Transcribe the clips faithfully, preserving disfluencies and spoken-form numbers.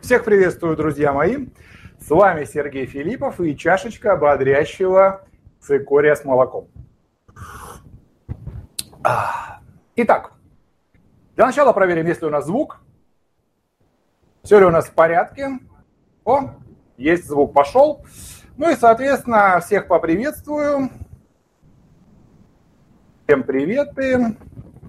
Всех приветствую, друзья мои. С вами Сергей Филиппов и чашечка бодрящего цикория с молоком. Итак, для начала проверим, есть ли у нас звук. Все ли у нас в порядке. О, есть звук, пошел. Ну и, соответственно, всех поприветствую. Всем приветы.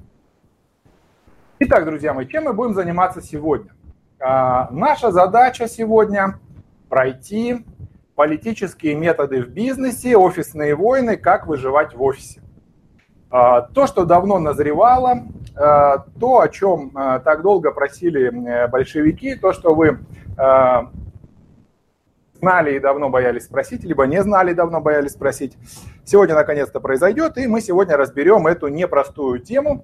Итак, друзья мои, чем мы будем заниматься сегодня? А, наша задача сегодня пройти политические методы в бизнесе, офисные войны, как выживать в офисе. А, то, что давно назревало, а, то, о чем а, так долго просили большевики, то, что вы а, знали и давно боялись спросить, либо не знали и давно боялись спросить, сегодня наконец-то произойдет, и мы сегодня разберем эту непростую тему,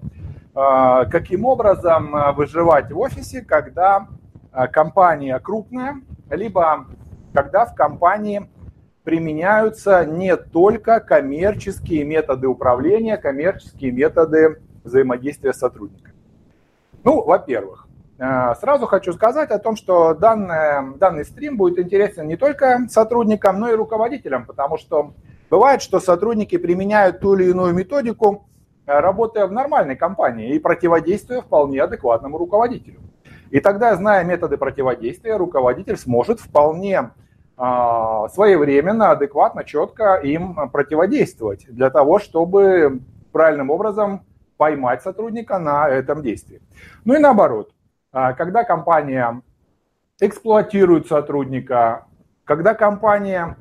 каким образом выживать в офисе, когда компания крупная, либо когда в компании применяются не только коммерческие методы управления, коммерческие методы взаимодействия с сотрудниками. Ну, во-первых, сразу хочу сказать о том, что данный, данный стрим будет интересен не только сотрудникам, но и руководителям, потому что бывает, что сотрудники применяют ту или иную методику, работая в нормальной компании и противодействуя вполне адекватному руководителю. И тогда, зная методы противодействия, руководитель сможет вполне а, своевременно, адекватно, четко им противодействовать для того, чтобы правильным образом поймать сотрудника на этом действии. Ну и наоборот, когда компания эксплуатирует сотрудника, когда компания,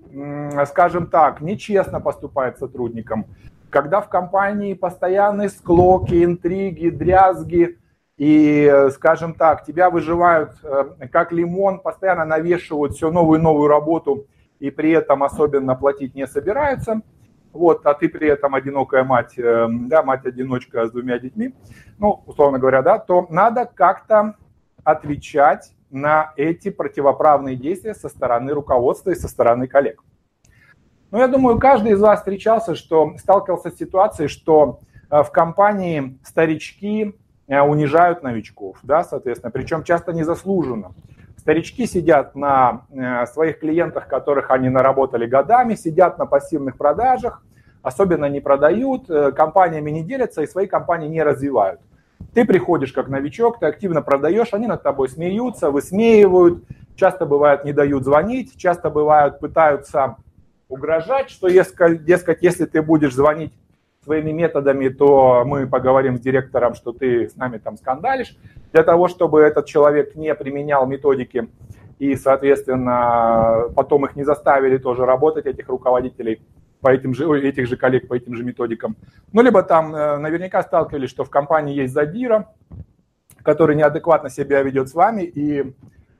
скажем так, нечестно поступает с сотрудником, когда в компании постоянные склоки, интриги, дрязги, и, скажем так, тебя выживают как лимон, постоянно навешивают все новую и новую работу, и при этом особенно платить не собираются, вот, а ты при этом одинокая мать, да, мать-одиночка с двумя детьми, ну, условно говоря, да, то надо как-то отвечать на эти противоправные действия со стороны руководства и со стороны коллег. Ну, я думаю, каждый из вас встречался, что сталкивался с ситуацией, что в компании старички унижают новичков, да, соответственно, причем часто незаслуженно. Старички сидят на своих клиентах, которых они наработали годами, сидят на пассивных продажах, особенно не продают, компаниями не делятся и свои компании не развивают. Ты приходишь как новичок, ты активно продаешь, они над тобой смеются, высмеивают, часто бывает не дают звонить, часто бывают пытаются угрожать, что, дескать, если ты будешь звонить своими методами, то мы поговорим с директором, что ты с нами там скандалишь, для того, чтобы этот человек не применял методики и, соответственно, потом их не заставили тоже работать, этих руководителей, по этим же, этих же коллег по этим же методикам. Ну, либо там наверняка сталкивались, что в компании есть задира, который неадекватно себя ведет с вами, и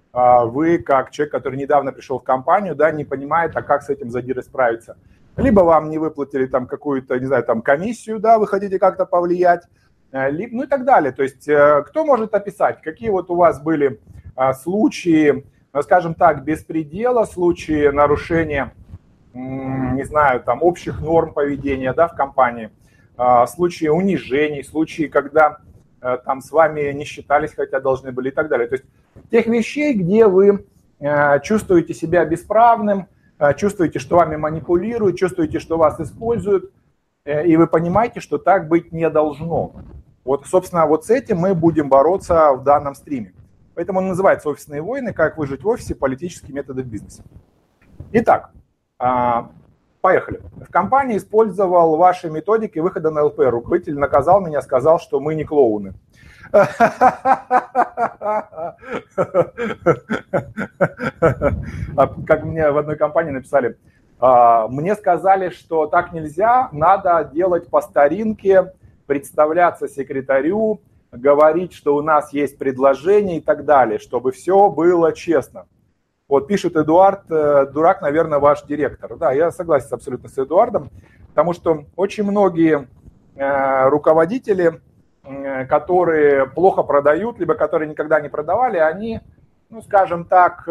вы, как человек, который недавно пришел в компанию, да, не понимает, а как с этим задирой справиться. Либо вам не выплатили там какую-то, не знаю, там комиссию, да, вы хотите как-то повлиять, либо, ну и так далее. То есть кто может описать, какие вот у вас были случаи, скажем так, беспредела, случаи нарушения, не знаю, там общих норм поведения, да, в компании, случаи унижений, случаи, когда там с вами не считались, хотя должны были и так далее. То есть тех вещей, где вы чувствуете себя бесправным, чувствуете, что вами манипулируют, чувствуете, что вас используют, и вы понимаете, что так быть не должно. Вот, собственно, вот с этим мы будем бороться в данном стриме. Поэтому он называется «Офисные войны. Как выжить в офисе. Политические методы в бизнесе». Итак, поехали. В компании использовал ваши методики выхода на эл пэ эр. Руководитель наказал меня, сказал, что мы не клоуны. Как мне в одной компании написали, мне сказали, что так нельзя, надо делать по старинке, представляться секретарю, говорить, что у нас есть предложение и так далее, чтобы все было честно. Вот пишет Эдуард, дурак, наверное, ваш директор. Да, я согласен абсолютно с Эдуардом, потому что очень многие руководители, которые плохо продают, либо которые никогда не продавали, они, ну, скажем так,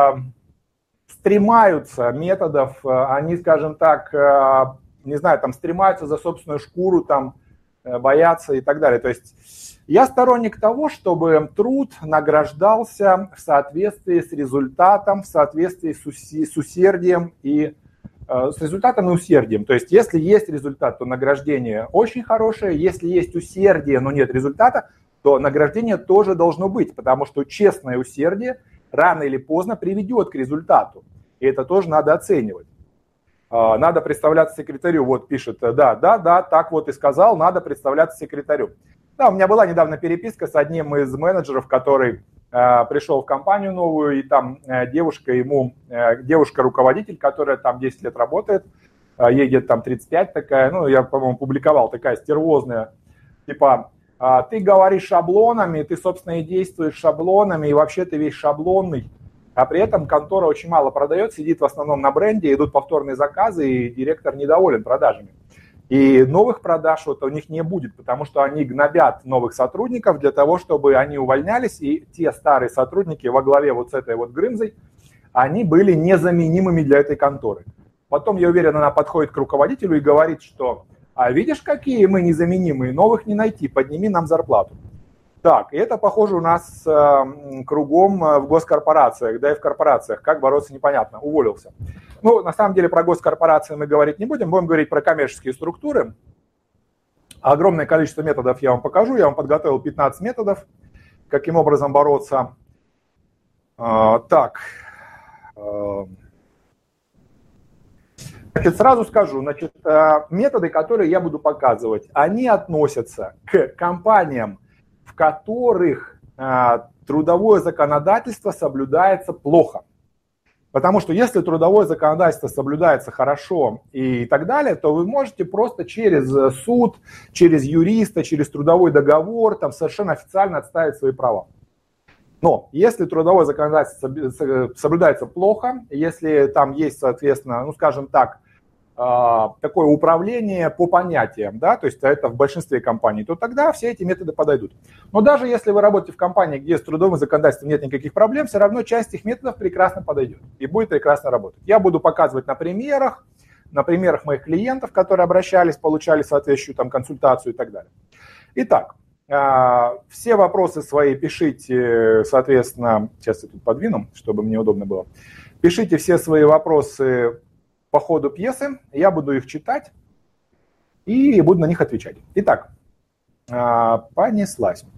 стремаются методов, они, скажем так, не знаю, там, стремаются за собственную шкуру, там, боятся и так далее. То есть я сторонник того, чтобы труд награждался в соответствии с результатом, в соответствии с, уси, с усердием и э, с результатом и усердием. То есть если есть результат, то награждение очень хорошее. Если есть усердие, но нет результата, то награждение тоже должно быть, потому что честное усердие рано или поздно приведет к результату. И это тоже надо оценивать. Надо представляться секретарю. Вот пишет, да, да, да, так вот и сказал, надо представляться секретарю. Да, у меня была недавно переписка с одним из менеджеров, который э, пришел в компанию новую, и там э, девушка ему, э, девушка-руководитель, которая там десять лет работает, э, ей где-то там тридцать пять такая, ну, я, по-моему, публиковал, такая стервозная, типа, э, ты говоришь шаблонами, ты, собственно, и действуешь шаблонами, и вообще ты весь шаблонный. А при этом контора очень мало продает, сидит в основном на бренде, идут повторные заказы, и директор недоволен продажами. И новых продаж вот у них не будет, потому что они гнобят новых сотрудников для того, чтобы они увольнялись, и те старые сотрудники во главе вот с этой вот Грымзой, они были незаменимыми для этой конторы. Потом, я уверен, она подходит к руководителю и говорит, что «А видишь, какие мы незаменимые, новых не найти, подними нам зарплату». Так, и это, похоже, у нас э, кругом в госкорпорациях, да и в корпорациях. Как бороться, непонятно. Уволился. Ну, на самом деле, про госкорпорации мы говорить не будем. Будем говорить про коммерческие структуры. Огромное количество методов я вам покажу. Я вам подготовил пятнадцать методов, каким образом бороться. Э, так. Э, значит, сразу скажу. Значит, э, методы, которые я буду показывать, они относятся к компаниям, в которых э, трудовое законодательство соблюдается плохо. Потому что если трудовое законодательство соблюдается хорошо и так далее, то вы можете просто через суд, через юриста, через трудовой договор там совершенно официально отстаивать свои права. Но если трудовое законодательство соблюдается плохо, если там есть, соответственно, ну скажем так, такое управление по понятиям, да, то есть это в большинстве компаний, то тогда все эти методы подойдут. Но даже если вы работаете в компании, где с трудовым законодательством нет никаких проблем, все равно часть этих методов прекрасно подойдет и будет прекрасно работать. Я буду показывать на примерах, на примерах моих клиентов, которые обращались, получали соответствующую там консультацию и так далее. Итак, все вопросы свои пишите, соответственно, сейчас я тут подвину, чтобы мне удобно было. Пишите все свои вопросы по ходу пьесы, я буду их читать и буду на них отвечать. Итак, понеслась.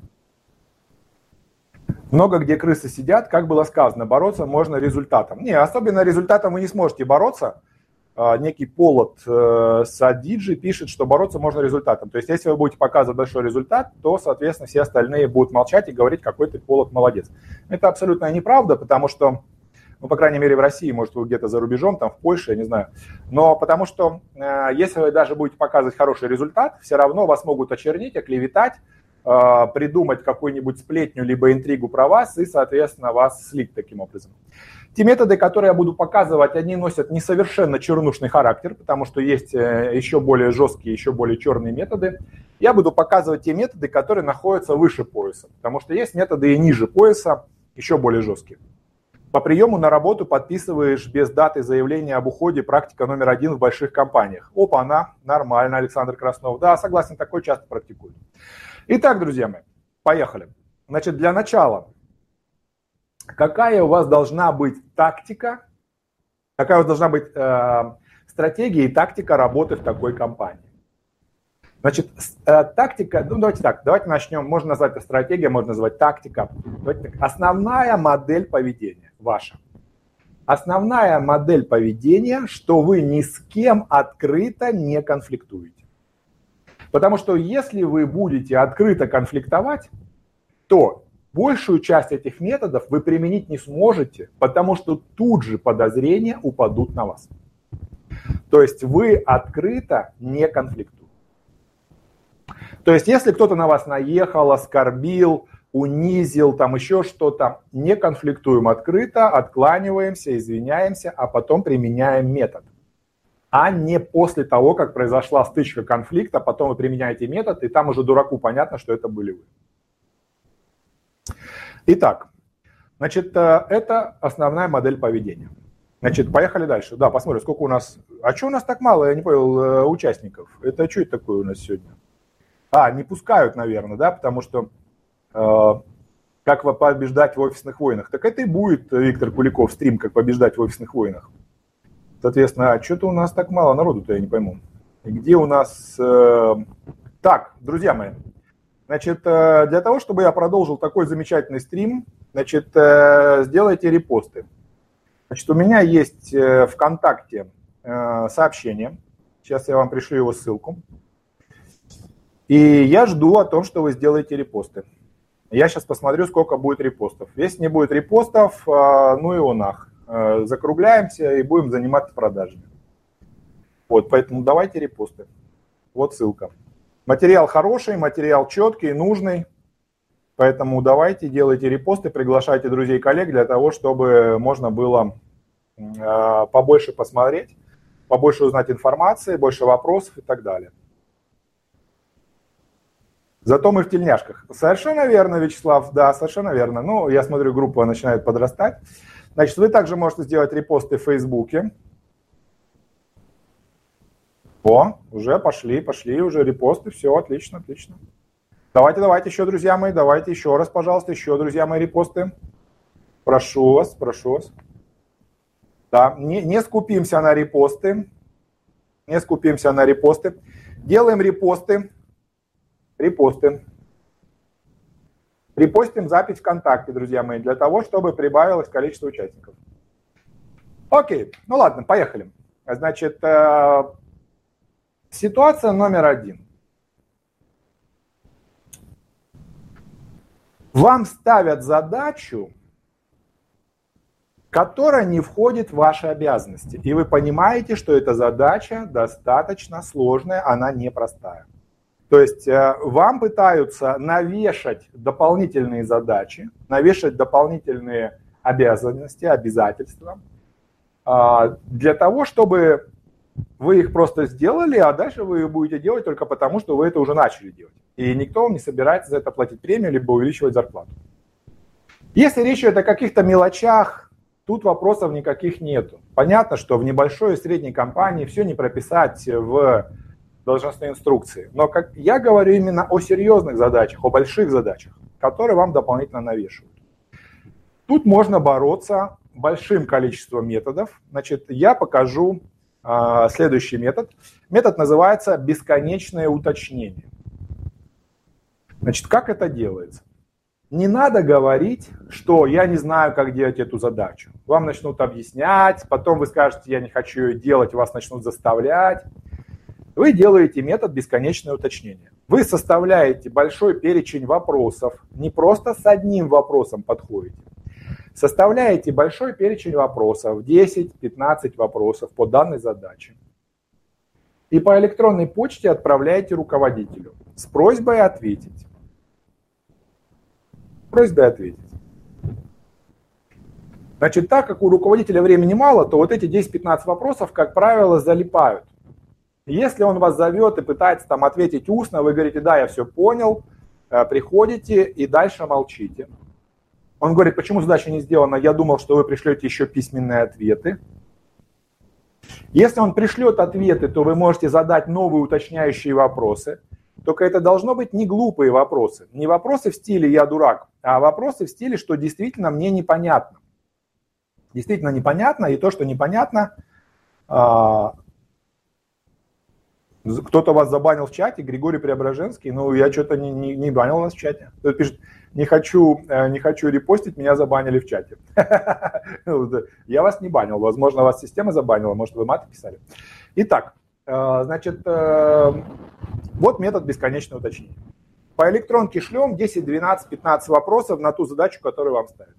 Много где крысы сидят, как было сказано, бороться можно результатом. Не, особенно результатом вы не сможете бороться. Некий Полот Садиджи пишет, что бороться можно результатом. То есть, если вы будете показывать большой результат, то, соответственно, все остальные будут молчать и говорить, какой ты Полот молодец. Это абсолютно неправда, потому что, ну, по крайней мере, в России, может, вы где-то за рубежом, там, в Польше, я не знаю. Но потому что, э, если вы даже будете показывать хороший результат, все равно вас могут очернить, оклеветать, э, придумать какую-нибудь сплетню либо интригу про вас и, соответственно, вас слить таким образом. Те методы, которые я буду показывать, они носят не совершенно чернушный характер, потому что есть э, еще более жесткие, еще более черные методы. Я буду показывать те методы, которые находятся выше пояса, потому что есть методы и ниже пояса, еще более жесткие. По приему на работу подписываешь без даты заявления об уходе, практика номер один в больших компаниях. Опа, она, нормально, Александр Краснов. Да, согласен, такой часто практикуют. Итак, друзья мои, поехали. Значит, для начала, какая у вас должна быть тактика, какая у вас должна быть э, стратегия и тактика работы в такой компании? Значит, э, тактика, ну давайте так, давайте начнем, можно назвать это стратегия, можно назвать тактика. Давайте так. Основная модель поведения ваша. Основная модель поведения, что вы ни с кем открыто не конфликтуете. Потому что если вы будете открыто конфликтовать, то большую часть этих методов вы применить не сможете, потому что тут же подозрения упадут на вас. То есть вы открыто не конфликтуете. То есть если кто-то на вас наехал, оскорбил, унизил, там еще что-то, не конфликтуем открыто, откланиваемся, извиняемся, а потом применяем метод. А не после того, как произошла стычка, конфликт, а потом вы применяете метод, и там уже дураку понятно, что это были вы. Итак, значит, это основная модель поведения. Значит, поехали дальше. Да, посмотрим, сколько у нас... А что у нас так мало, я не понял, участников? Это что это такое у нас сегодня? А, не пускают, наверное, да, потому что э, как побеждать в офисных войнах. Так это и будет, Виктор Куликов, стрим, как побеждать в офисных войнах. Соответственно, а что-то у нас так мало народу-то, я не пойму. И где у нас... Э... Так, друзья мои, значит, э, для того, чтобы я продолжил такой замечательный стрим, значит, э, сделайте репосты. Значит, у меня есть э, ВКонтакте э, сообщение. Сейчас я вам пришлю его ссылку. И я жду о том, что вы сделаете репосты. Я сейчас посмотрю, сколько будет репостов. Если не будет репостов, э, ну его нах. Э, закругляемся и будем заниматься продажами. Вот, поэтому давайте репосты. Вот ссылка. Материал хороший, материал четкий, нужный. Поэтому давайте, делайте репосты, приглашайте друзей, коллег для того, чтобы можно было э, побольше посмотреть, побольше узнать информации, больше вопросов и так далее. Зато мы в тельняшках. Совершенно верно, Вячеслав, да, совершенно верно. Ну, я смотрю, группа начинает подрастать. Значит, вы также можете сделать репосты в Фейсбуке. О, уже пошли, пошли уже репосты, все, отлично, отлично. Давайте, давайте еще, друзья мои, давайте еще раз, пожалуйста, еще, друзья мои, репосты. Прошу вас, прошу вас. Да, не, не скупимся на репосты, не скупимся на репосты. Делаем репосты, репосты. Репостим запись ВКонтакте, друзья мои, для того, чтобы прибавилось количество участников. Окей, ну ладно, поехали. Значит, ситуация номер один. Вам ставят задачу, которая не входит в ваши обязанности. И вы понимаете, что эта задача достаточно сложная, она непростая. То есть вам пытаются навешать дополнительные задачи, навешать дополнительные обязанности, обязательства, для того, чтобы вы их просто сделали, а дальше вы будете делать только потому, что вы это уже начали делать. И никто вам не собирается за это платить премию, либо увеличивать зарплату. Если речь идет о каких-то мелочах, тут вопросов никаких нету. Понятно, что в небольшой и средней компании все не прописать в должностной инструкции. Но как я говорю именно о серьезных задачах, о больших задачах, которые вам дополнительно навешивают. Тут можно бороться большим количеством методов. Значит, я покажу э, следующий метод. Метод называется бесконечное уточнение. Значит, как это делается? Не надо говорить, что я не знаю, как делать эту задачу. Вам начнут объяснять, потом вы скажете, я не хочу ее делать, вас начнут заставлять. Вы делаете метод бесконечное уточнение. Вы составляете большой перечень вопросов, не просто с одним вопросом подходите. Составляете большой перечень вопросов, десять-пятнадцать вопросов по данной задаче. И по электронной почте отправляете руководителю с просьбой ответить. Просьбой ответить. Значит, так как у руководителя времени мало, то вот эти десять-пятнадцать вопросов, как правило, залипают. Если он вас зовет и пытается там ответить устно, вы говорите, да, я все понял, приходите и дальше молчите. Он говорит, почему задача не сделана, я думал, что вы пришлете еще письменные ответы. Если он пришлет ответы, то вы можете задать новые уточняющие вопросы. Только это должно быть не глупые вопросы. Не вопросы в стиле «я дурак», а вопросы в стиле, что действительно мне непонятно. Действительно непонятно, и то, что непонятно, кто-то вас забанил в чате, Григорий Преображенский, ну я что-то не, не, не банил вас в чате. Кто-то пишет, не хочу, не хочу репостить, меня забанили в чате. Я вас не банил, возможно, вас система забанила, может вы маты писали. Итак, значит, вот метод бесконечного уточнения. По электронке шлем десять, двенадцать, пятнадцать вопросов на ту задачу, которую вам ставят.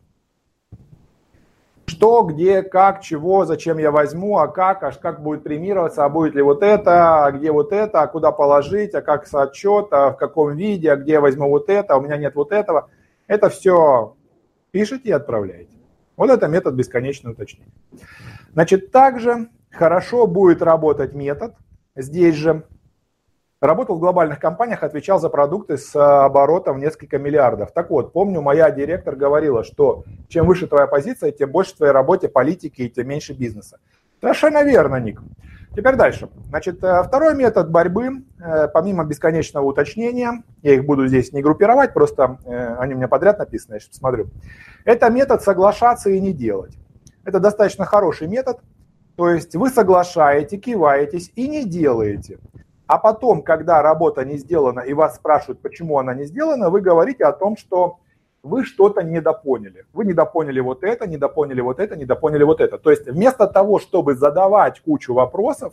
Что, где, как, чего, зачем я возьму, а как, аж как будет премироваться, а будет ли вот это, а где вот это, а куда положить, а как отчет, а в каком виде, а где я возьму вот это, а у меня нет вот этого. Это все пишите и отправляете. Вот это метод бесконечного уточнения. Значит, также хорошо будет работать метод, здесь же, работал в глобальных компаниях, отвечал за продукты с оборотом в несколько миллиардов. Так вот, помню, моя директор говорила, что чем выше твоя позиция, тем больше в твоей работе политики и тем меньше бизнеса. Совершенно верно, Ник. Теперь дальше. Значит, второй метод борьбы, помимо бесконечного уточнения, я их буду здесь не группировать, просто они у меня подряд написаны, я сейчас посмотрю. Это метод соглашаться и не делать. Это достаточно хороший метод, то есть вы соглашаете, киваетесь и не делаете. А потом, когда работа не сделана и вас спрашивают, почему она не сделана, вы говорите о том, что вы что-то недопоняли. Вы недопоняли вот это, недопоняли вот это, недопоняли вот это. То есть вместо того, чтобы задавать кучу вопросов,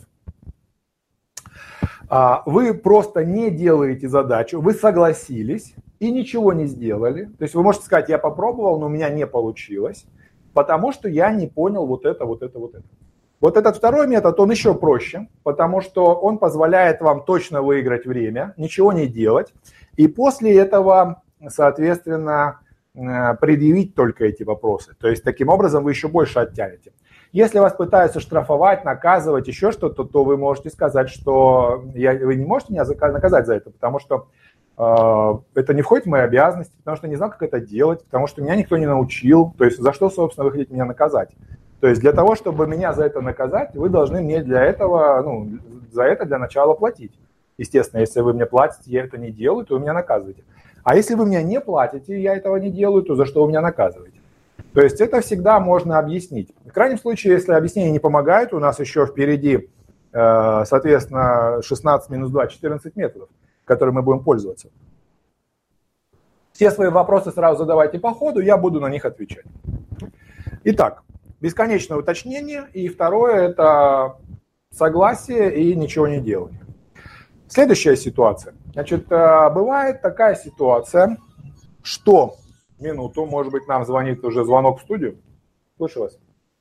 вы просто не делаете задачу, вы согласились и ничего не сделали. То есть вы можете сказать, я попробовал, но у меня не получилось, потому что я не понял вот это, вот это, вот это. Вот этот второй метод, он еще проще, потому что он позволяет вам точно выиграть время, ничего не делать, и после этого, соответственно, предъявить только эти вопросы. То есть таким образом вы еще больше оттянете. Если вас пытаются штрафовать, наказывать, еще что-то, то вы можете сказать, что я, вы не можете меня наказать за это, потому что э, это не входит в мои обязанности, потому что не знал, как это делать, потому что меня никто не научил. То есть за что, собственно, вы хотите меня наказать? То есть для того, чтобы меня за это наказать, вы должны мне для этого, ну, за это для начала платить. Естественно, если вы мне платите, я это не делаю, то вы меня наказываете. А если вы мне не платите, я этого не делаю, то за что вы меня наказываете? То есть это всегда можно объяснить. В крайнем случае, если объяснения не помогают, у нас еще впереди, соответственно, шестнадцать минус два, четырнадцать методов, которыми мы будем пользоваться. Все свои вопросы сразу задавайте по ходу, я буду на них отвечать. Итак, бесконечное уточнение. И второе – это согласие и ничего не делание. Следующая ситуация. Значит, бывает такая ситуация, что... Минуту, может быть, нам звонит уже звонок в студию. Слышу вас.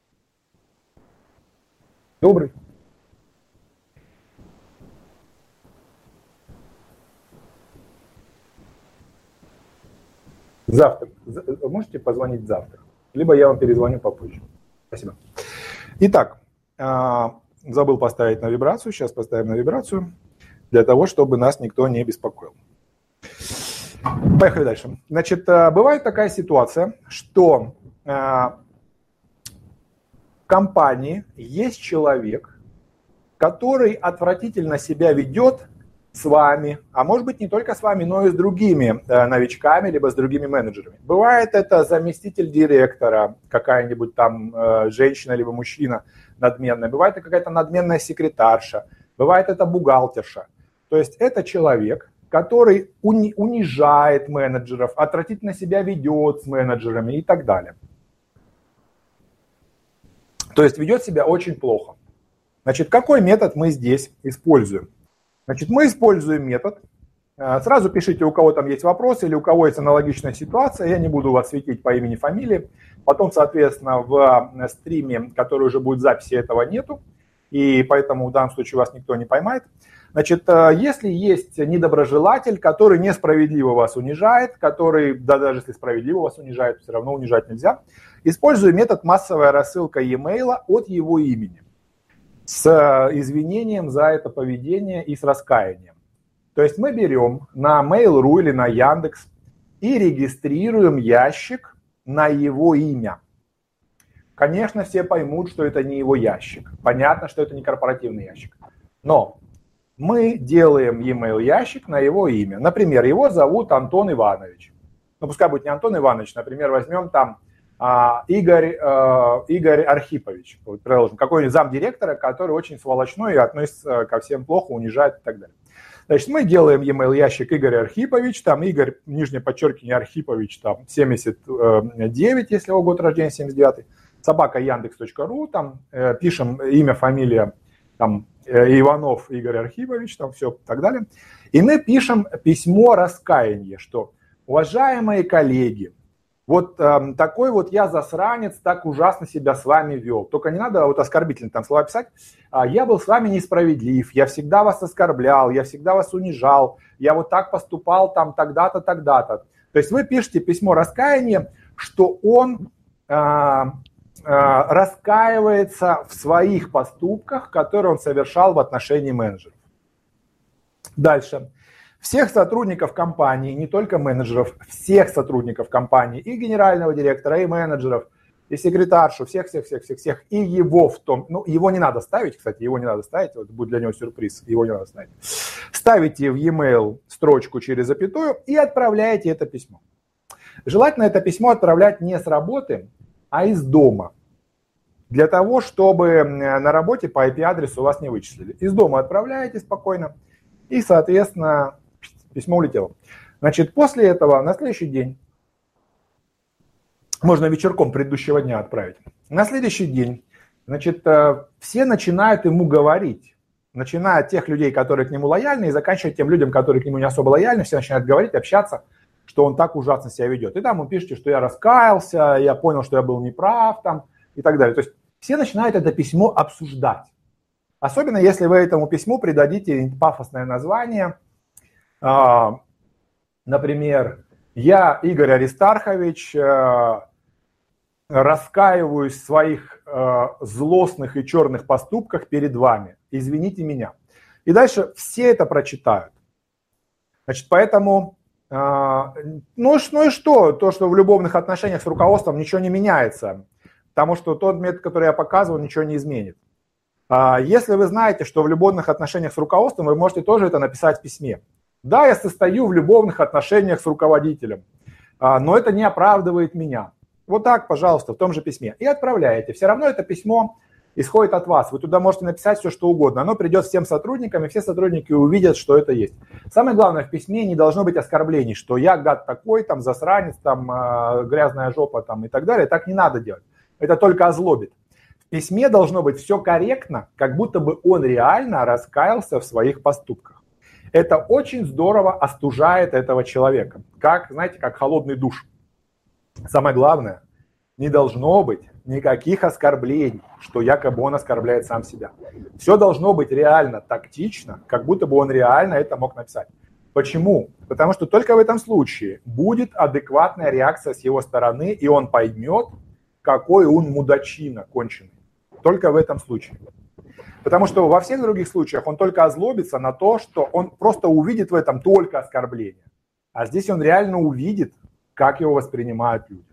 Добрый. Завтра. Можете позвонить завтра? Либо я вам перезвоню попозже. Спасибо. Итак, забыл поставить на вибрацию. Сейчас поставим на вибрацию, для того, чтобы нас никто не беспокоил. Поехали дальше. Значит, бывает такая ситуация, что в компании есть человек, который отвратительно себя ведет с вами, а может быть не только с вами, но и с другими новичками, либо с другими менеджерами. Бывает это заместитель директора, какая-нибудь там женщина, либо мужчина надменная. Бывает это какая-то надменная секретарша. Бывает это бухгалтерша. То есть это человек, который уни- унижает менеджеров, отвратительно себя ведет с менеджерами и так далее. То есть ведет себя очень плохо. Значит, какой метод мы здесь используем? Значит, мы используем метод. Сразу пишите, у кого там есть вопросы или у кого есть аналогичная ситуация. Я не буду вас светить по имени, фамилии. Потом, соответственно, в стриме, который уже будет в записи, этого нету. И поэтому в данном случае вас никто не поймает. Значит, если есть недоброжелатель, который несправедливо вас унижает, который, да даже если справедливо вас унижает, все равно унижать нельзя, используя метод массовая рассылка e-mail от его имени с извинением за это поведение и с раскаянием. То есть мы берем на Mail.ru или на Яндекс и регистрируем ящик на его имя. Конечно, все поймут, что это не его ящик. Понятно, что это не корпоративный ящик. Но мы делаем e-mail ящик на его имя. Например, его зовут Антон Иванович. Ну, пускай будет не Антон Иванович, например, возьмем там а, Игорь, а, Игорь Архипович, вот, предложим, какой-нибудь замдиректора, который очень сволочной и относится ко всем плохо, унижает и так далее. Значит, мы делаем e-mail ящик Игорь Архипович, там Игорь, нижнее подчеркивание, Архипович, там семьдесят девять, если его год рождения, семьдесят девятый, собака яндекс точка ру, там э, пишем имя, фамилия, там Иванов Игорь Архипович, там все и так далее. И мы пишем письмо раскаяния, что, уважаемые коллеги, вот э, такой вот я засранец, так ужасно себя с вами вел. Только не надо вот оскорбительные там слова писать. Я был с вами несправедлив, я всегда вас оскорблял, я всегда вас унижал, я вот так поступал там тогда-то, тогда-то. То есть вы пишете письмо раскаяния, что он... Э, раскаивается в своих поступках, которые он совершал в отношении менеджеров. Дальше. Всех сотрудников компании, не только менеджеров, всех сотрудников компании, и генерального директора, и менеджеров, и секретаршу, всех-всех-всех-всех-всех, и его в том, ну, его не надо ставить, кстати, его не надо ставить, вот будет для него сюрприз, его не надо ставить. Ставите в e-mail строчку через запятую и отправляете это письмо. Желательно это письмо отправлять не с работы, а из дома, для того, чтобы на работе по ай пи-адресу вас не вычислили. Из дома отправляете спокойно, и, соответственно, письмо улетело. Значит, после этого на следующий день, можно вечерком предыдущего дня отправить, на следующий день, значит, все начинают ему говорить, начиная от тех людей, которые к нему лояльны, и заканчивая тем людям, которые к нему не особо лояльны, все начинают говорить, общаться, что он так ужасно себя ведет. И там вы пишете, что я раскаялся, я понял, что я был неправ, там, и так далее. То есть все начинают это письмо обсуждать. Особенно, если вы этому письму придадите пафосное название. Например, я, Игорь Аристархович, раскаиваюсь в своих злостных и черных поступках перед вами. Извините меня. И дальше все это прочитают. Значит, поэтому, ну, ну и что? То, что в любовных отношениях с руководством ничего не меняется. Потому что тот метод, который я показывал, ничего не изменит. Если вы знаете, что в любовных отношениях с руководством, вы можете тоже это написать в письме. Да, я состою в любовных отношениях с руководителем, но это не оправдывает меня. Вот так, пожалуйста, в том же письме. И отправляете. Все равно это письмо исходит от вас. Вы туда можете написать все, что угодно. Оно придет всем сотрудникам, и все сотрудники увидят, что это есть. Самое главное, в письме не должно быть оскорблений, что я гад такой, там, засранец, там, грязная жопа там, и так далее. Так не надо делать. Это только озлобит. В письме должно быть все корректно, как будто бы он реально раскаялся в своих поступках. Это очень здорово остужает этого человека. Как, знаете, как холодный душ. Самое главное, не должно быть никаких оскорблений, что якобы он оскорбляет сам себя. Все должно быть реально тактично, как будто бы он реально это мог написать. Почему? Потому что только в этом случае будет адекватная реакция с его стороны, и он поймет, какой он мудачина конченый. Только в этом случае. Потому что во всех других случаях он только озлобится на то, что он просто увидит в этом только оскорбление. А здесь он реально увидит, как его воспринимают люди.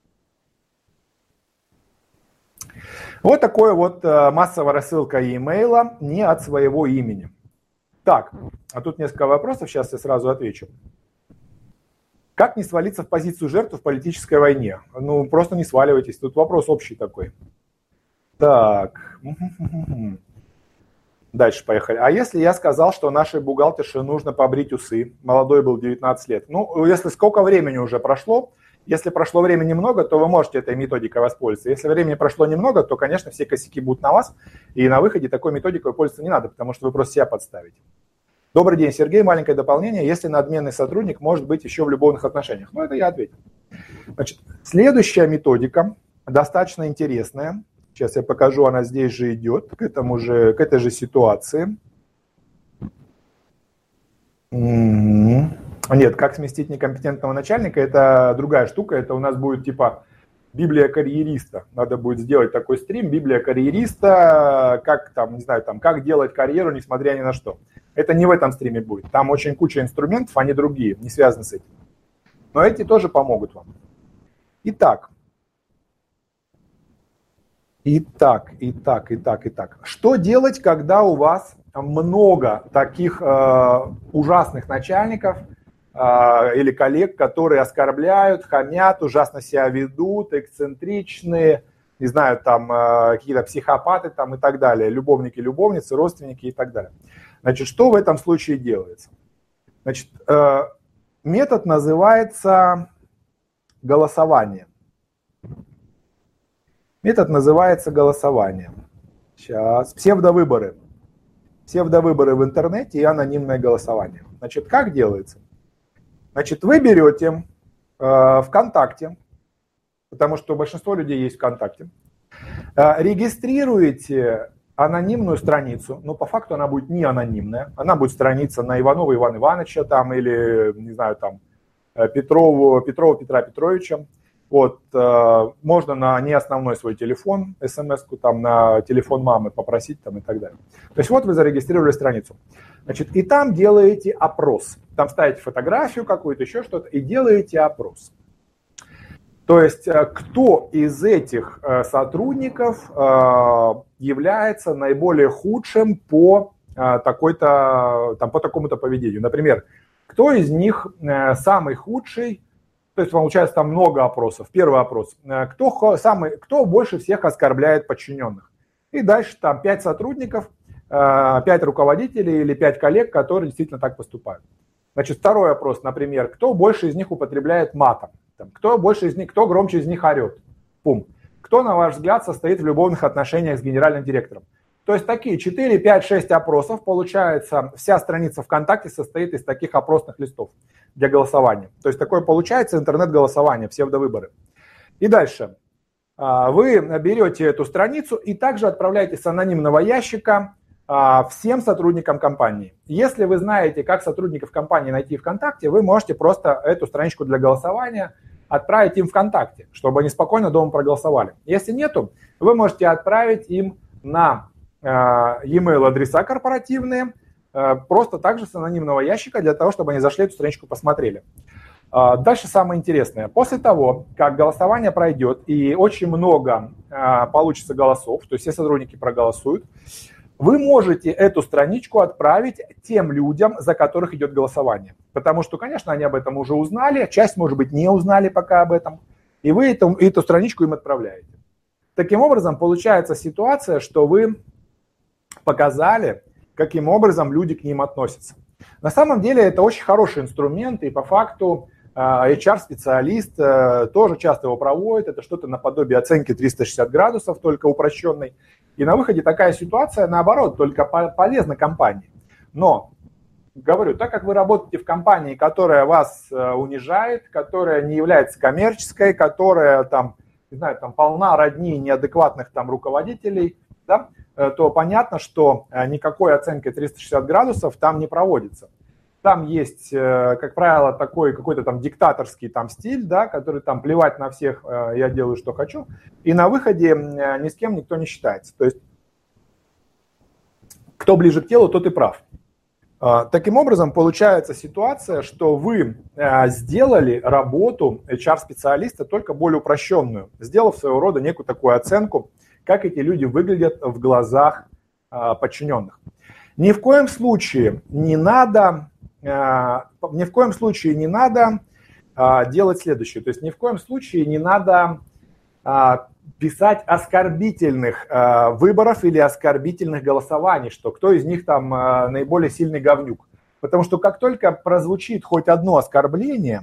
Вот такое вот массовая рассылка e-mail не от своего имени. Так, а тут несколько вопросов, сейчас я сразу отвечу. Как не свалиться в позицию жертвы в политической войне? Ну, просто не сваливайтесь, тут вопрос общий такой. Так, дальше поехали. А если я сказал, что нашей бухгалтерше нужно побрить усы, молодой был девятнадцать лет, ну, если сколько времени уже прошло, если прошло времени много, то вы можете этой методикой воспользоваться. Если времени прошло немного, то, конечно, все косяки будут на вас, и на выходе такой методикой пользоваться не надо, потому что вы просто себя подставите. Добрый день, Сергей. Маленькое дополнение. Если надменный сотрудник может быть еще в любовных отношениях? Ну, это я ответил. Значит, следующая методика достаточно интересная. Сейчас я покажу, она здесь же идет, к, этому же, к этой же ситуации. Нет, как сместить некомпетентного начальника, это другая штука. Это у нас будет типа Библия карьериста. Надо будет сделать такой стрим, Библия карьериста, как там, не знаю, там, как делать карьеру, несмотря ни на что. Это не в этом стриме будет. Там очень куча инструментов, они другие, не связаны с этим. Но эти тоже помогут вам. Итак. Итак, итак, итак, итак. Что делать, когда у вас много таких э, ужасных начальников э, или коллег, которые оскорбляют, хамят, ужасно себя ведут, эксцентричные, не знаю, там э, какие-то психопаты там, и так далее, любовники, любовницы, родственники и так далее. Значит, что в этом случае делается? Значит, э, метод называется голосование. Метод называется голосование. Сейчас. Псевдовыборы. Псевдовыборы в интернете и анонимное голосование. Значит, как делается? Значит, вы берете э, ВКонтакте, потому что большинство людей есть ВКонтакте, э, регистрируете анонимную страницу, но по факту она будет не анонимная, она будет страница на Иванова Ивана Ивановича там, или, не знаю, там, Петрову, Петрова Петра Петровича. Вот, э, можно на не основной свой телефон, смс-ку, там, на телефон мамы попросить там, и так далее. То есть вот вы зарегистрировали страницу. Значит, и там делаете опрос. Там ставите фотографию какую-то, еще что-то, и делаете опрос. То есть кто из этих сотрудников является наиболее худшим по такой-то, там, по такому-то поведению. Например, кто из них самый худший, то есть получается там много опросов. Первый опрос, кто, самый, кто больше всех оскорбляет подчиненных. И дальше там пять сотрудников, пять руководителей или пять коллег, которые действительно так поступают. Значит, второй опрос, например, кто больше из них употребляет матом, там, кто больше из них, кто громче из них орет, пум. Кто, на ваш взгляд, состоит в любовных отношениях с генеральным директором. То есть такие четыре, пять, шесть опросов, получается, вся страница ВКонтакте состоит из таких опросных листов для голосования. То есть такое получается интернет-голосование, псевдовыборы. И дальше. Вы берете эту страницу и также отправляете с анонимного ящика всем сотрудникам компании. Если вы знаете, как сотрудников компании найти ВКонтакте, вы можете просто эту страничку для голосования отправить им ВКонтакте, чтобы они спокойно дома проголосовали. Если нету, вы можете отправить им на e-mail адреса корпоративные, просто также с анонимного ящика, для того, чтобы они зашли эту страничку, посмотрели. Дальше самое интересное. После того, как голосование пройдет и очень много получится голосов, то есть все сотрудники проголосуют, вы можете эту страничку отправить тем людям, за которых идет голосование. Потому что, конечно, они об этом уже узнали, часть, может быть, не узнали пока об этом, и вы эту, эту страничку им отправляете. Таким образом, получается ситуация, что вы показали, каким образом люди к ним относятся. На самом деле это очень хороший инструмент, и по факту эйч ар-специалист тоже часто его проводит. Это что-то наподобие оценки триста шестьдесят градусов, только упрощенной. И на выходе такая ситуация, наоборот, только полезна компании. Но, говорю, так как вы работаете в компании, которая вас унижает, которая не является коммерческой, которая там, не знаю, там полна родни неадекватных там руководителей, да, то понятно, что никакой оценкой триста шестьдесят градусов там не проводится. Там есть, как правило, такой какой-то там диктаторский там стиль, да, который там плевать на всех, я делаю, что хочу. И на выходе ни с кем никто не считается. То есть, кто ближе к телу, тот и прав. Таким образом, получается ситуация, что вы сделали работу эйч ар-специалиста только более упрощенную, сделав своего рода некую такую оценку, как эти люди выглядят в глазах подчиненных. Ни в коем случае не надо... Ни в коем случае не надо а, делать следующее. То есть ни в коем случае не надо а, писать оскорбительных а, выборов или оскорбительных голосований, что кто из них там а, наиболее сильный говнюк. Потому что как только прозвучит хоть одно оскорбление,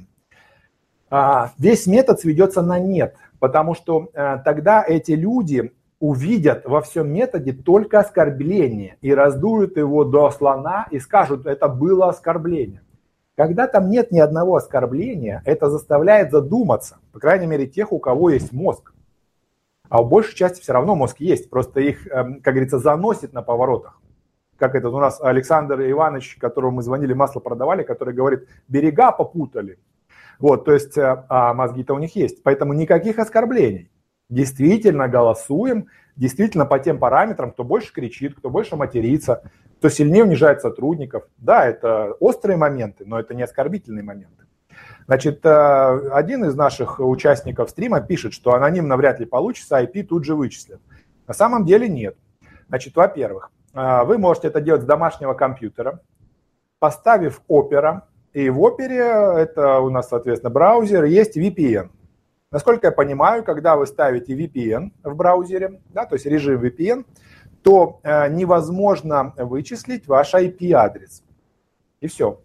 а, весь метод сведется на нет. Потому что а, тогда эти люди увидят во всем методе только оскорбление и раздуют его до слона и скажут, это было оскорбление. Когда там нет ни одного оскорбления, это заставляет задуматься, по крайней мере, тех, у кого есть мозг. А у большей части все равно мозг есть, просто их, как говорится, заносит на поворотах. Как этот у нас Александр Иванович, которому мы звонили, масло продавали, который говорит, берега попутали. Вот, то есть а мозги-то у них есть, поэтому никаких оскорблений. Действительно голосуем, действительно по тем параметрам, кто больше кричит, кто больше матерится, кто сильнее унижает сотрудников. Да, это острые моменты, но это не оскорбительные моменты. Значит, один из наших участников стрима пишет, что анонимно вряд ли получится, ай пи тут же вычислят. На самом деле нет. Значит, во-первых, вы можете это делать с домашнего компьютера, поставив Opera, и в Opera, это у нас, соответственно, браузер, есть ви пи эн. Насколько я понимаю, когда вы ставите ви пи эн в браузере, да, то есть режим ви пи эн, то э, невозможно вычислить ваш ай пи-адрес. И все.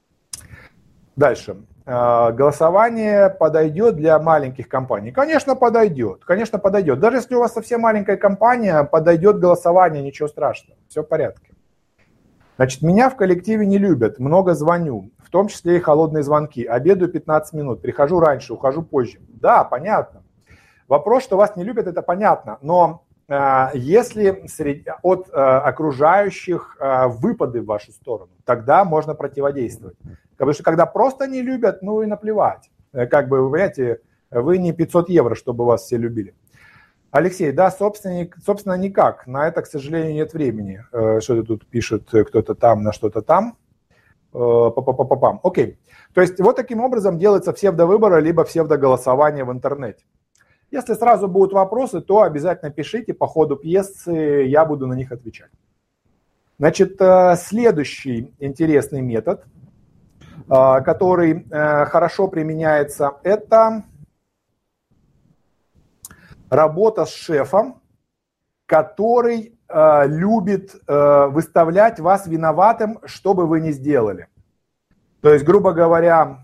Дальше. Э, голосование подойдет для маленьких компаний? Конечно, подойдет. Конечно, подойдет. Даже если у вас совсем маленькая компания, подойдет голосование, ничего страшного. Все в порядке. Значит, меня в коллективе не любят, много звоню, в том числе и холодные звонки. Обедаю пятнадцать минут, прихожу раньше, ухожу позже. Да, понятно. Вопрос, что вас не любят, это понятно. Но э, если среди, от э, окружающих э, выпады в вашу сторону, тогда можно противодействовать. Потому что когда просто не любят, ну и наплевать. Как бы, вы понимаете, вы не пятьсот евро, чтобы вас все любили. Алексей, да, собственно, собственно, никак. На это, к сожалению, нет времени. Что-то тут пишет кто-то там на что-то там. Па-па-па-па-пам. Окей. То есть вот таким образом делается псевдовыборы либо псевдоголосование в интернете. Если сразу будут вопросы, то обязательно пишите по ходу пьесы, я буду на них отвечать. Значит, следующий интересный метод, который хорошо применяется, это работа с шефом, который любит выставлять вас виноватым, что бы вы ни сделали. То есть, грубо говоря,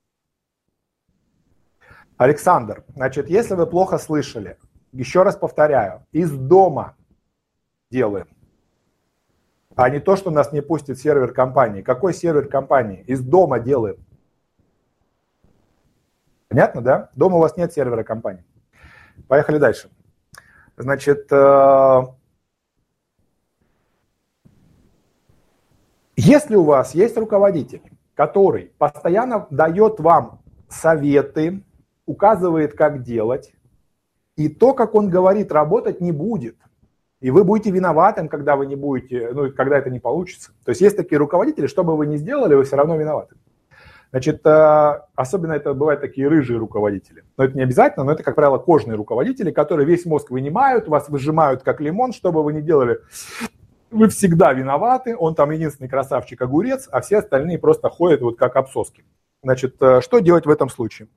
Александр, значит, если вы плохо слышали, еще раз повторяю, из дома делаем, а не то, что нас не пустит сервер компании. Какой сервер компании? Из дома делаем. Понятно, да? Дома у вас нет сервера компании. Поехали дальше. Значит, если у вас есть руководитель, который постоянно дает вам советы, указывает, как делать, и то, как он говорит, работать не будет. И вы будете виноватым, когда вы не будете, ну, когда это не получится. То есть есть такие руководители, что бы вы ни сделали, вы все равно виноваты. Значит, особенно это бывают такие рыжие руководители. Но это не обязательно, но это, как правило, кожные руководители, которые весь мозг вынимают, вас выжимают как лимон, что бы вы ни делали. Вы всегда виноваты, он там единственный красавчик-огурец, а все остальные просто ходят вот как обсоски. Значит, что делать в этом случае?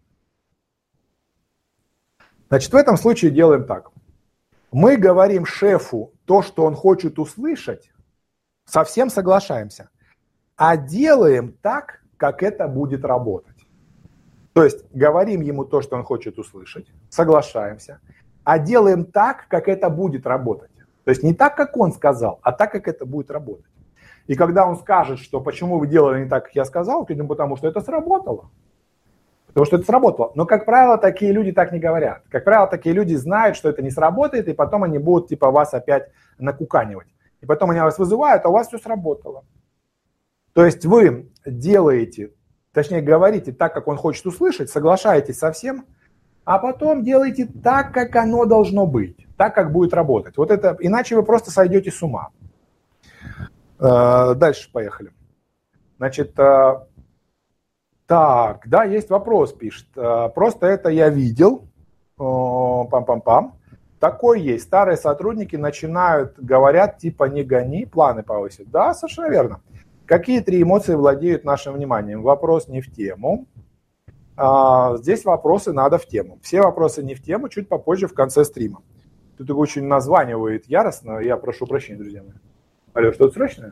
Значит, в этом случае делаем так. Мы говорим шефу то, что он хочет услышать, совсем соглашаемся, а делаем так, как это будет работать. То есть говорим ему то, что он хочет услышать, соглашаемся, а делаем так, как это будет работать. То есть не так, как он сказал, а так, как это будет работать. И когда он скажет, что почему вы делали не так, как я сказал, то потому что это сработало. Потому что это сработало. Но, как правило, такие люди так не говорят. Как правило, такие люди знают, что это не сработает, и потом они будут типа вас опять накуканивать. И потом они вас вызывают, а у вас все сработало. То есть вы делаете, точнее говорите так, как он хочет услышать, соглашаетесь со всем, а потом делаете так, как оно должно быть, так, как будет работать. Вот это, иначе вы просто сойдете с ума. Дальше поехали. Значит, так, да, есть вопрос, пишет. Просто это я видел. Пам-пам-пам. Такой есть. Старые сотрудники начинают, говорят, типа не гони, планы повысить. Да, совершенно верно. Какие три эмоции владеют нашим вниманием? Вопрос не в тему. А, здесь вопросы надо в тему. Все вопросы не в тему, чуть попозже в конце стрима. Тут очень названивает яростно. Я прошу прощения, друзья мои. Алло, что-то срочное?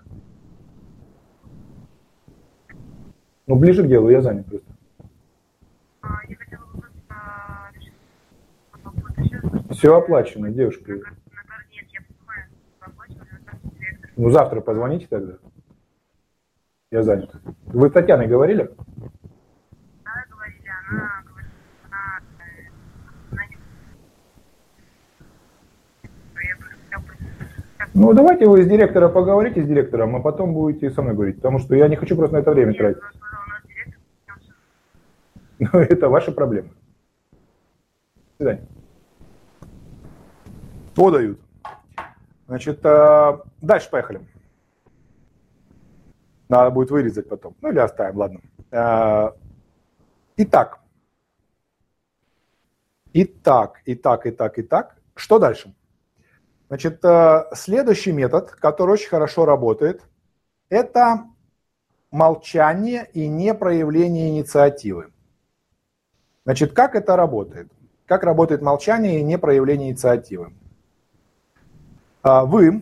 Ну, ближе к делу, я занят просто. Я хотела бы просто... Все оплачено, девушка. Нет, я понимаю, оплачено, ну, завтра позвоните тогда. Я занят. Вы с Татьяной говорили? Да, говорили. Она говорит, она... она... Ну, давайте вы с директора поговорите с директором, а потом будете со мной говорить, потому что я не хочу просто на это время тратить. Ну, это ваша проблема. До свидания. Что дают? Значит, дальше поехали. Надо будет вырезать потом. Ну, или оставим, ладно. Итак. Итак, итак, итак, итак. Что дальше? Значит, следующий метод, который очень хорошо работает, это молчание и непроявление инициативы. Значит, как это работает? Как работает молчание и непроявление инициативы? Вы,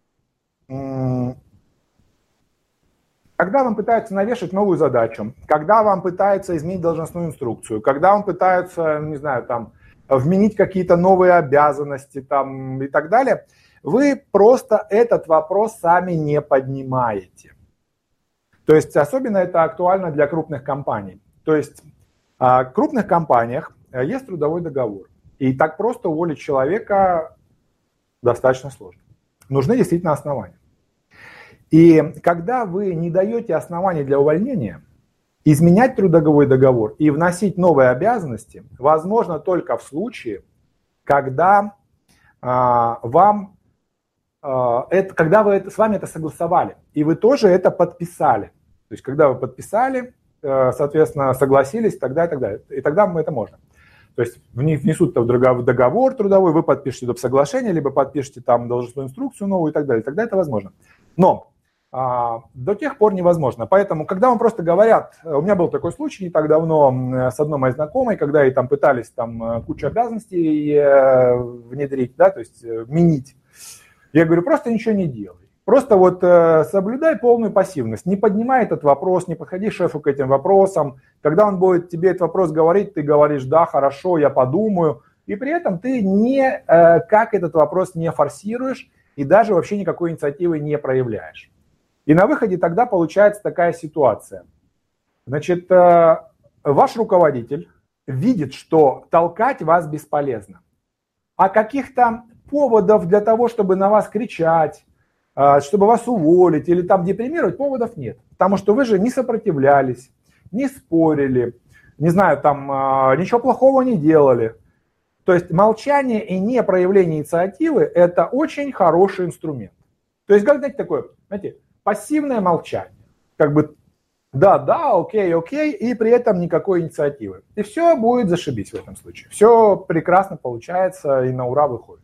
когда вам пытаются навешать новую задачу, когда вам пытаются изменить должностную инструкцию, когда вам пытаются, не знаю, там, вменить какие-то новые обязанности там, и так далее, вы просто этот вопрос сами не поднимаете. То есть особенно это актуально для крупных компаний. То есть в крупных компаниях есть трудовой договор. И так просто уволить человека достаточно сложно. Нужны действительно основания. И когда вы не даете оснований для увольнения, изменять трудовой договор и вносить новые обязанности возможно только в случае, когда а, вам, а, это, когда вы это, с вами это согласовали, и вы тоже это подписали. То есть, когда вы подписали, соответственно, согласились, тогда и тогда. И тогда это можно. То есть внесут в договор трудовой, вы подпишете доп. Соглашение, либо подпишете там должностную инструкцию новую и так далее. Тогда это возможно. Но а, до тех пор невозможно. Поэтому, когда вам просто говорят, у меня был такой случай не так давно с одной моей знакомой, когда ей там пытались там кучу обязанностей внедрить, да, то есть вменить. Я говорю, просто ничего не делай. Просто вот э, соблюдай полную пассивность, не поднимай этот вопрос, не подходи к шефу к этим вопросам. Когда он будет тебе этот вопрос говорить, ты говоришь, да, хорошо, я подумаю. И при этом ты не, э, как этот вопрос не форсируешь и даже вообще никакой инициативы не проявляешь. И на выходе тогда получается такая ситуация. Значит, э, ваш руководитель видит, что толкать вас бесполезно. А каких-то поводов для того, чтобы на вас кричать, чтобы вас уволить или там депримировать, поводов нет. Потому что вы же не сопротивлялись, не спорили, не знаю, там ничего плохого не делали. То есть молчание и не проявление инициативы – это очень хороший инструмент. То есть, как, знаете, такое, знаете, пассивное молчание. Как бы да, да, окей, окей, и при этом никакой инициативы. И все будет зашибись в этом случае. Все прекрасно получается и на ура выходит.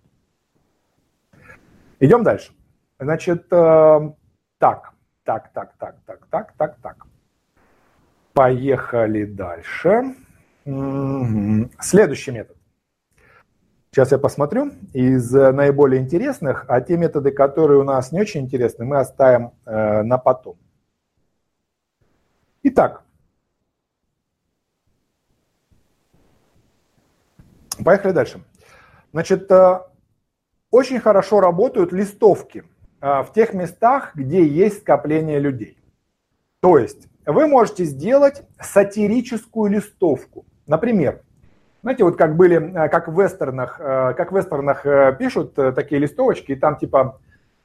Идем дальше. Значит, э, так, так, так, так, так, так, так, так. Поехали дальше. Угу. Следующий метод. Сейчас я посмотрю из наиболее интересных, а те методы, которые у нас не очень интересны, мы оставим э, на потом. Итак, поехали дальше. Значит, э, очень хорошо работают листовки в тех местах, где есть скопление людей. То есть вы можете сделать сатирическую листовку. Например, знаете, вот как были, как в вестернах, как в вестернах пишут такие листовочки, и там типа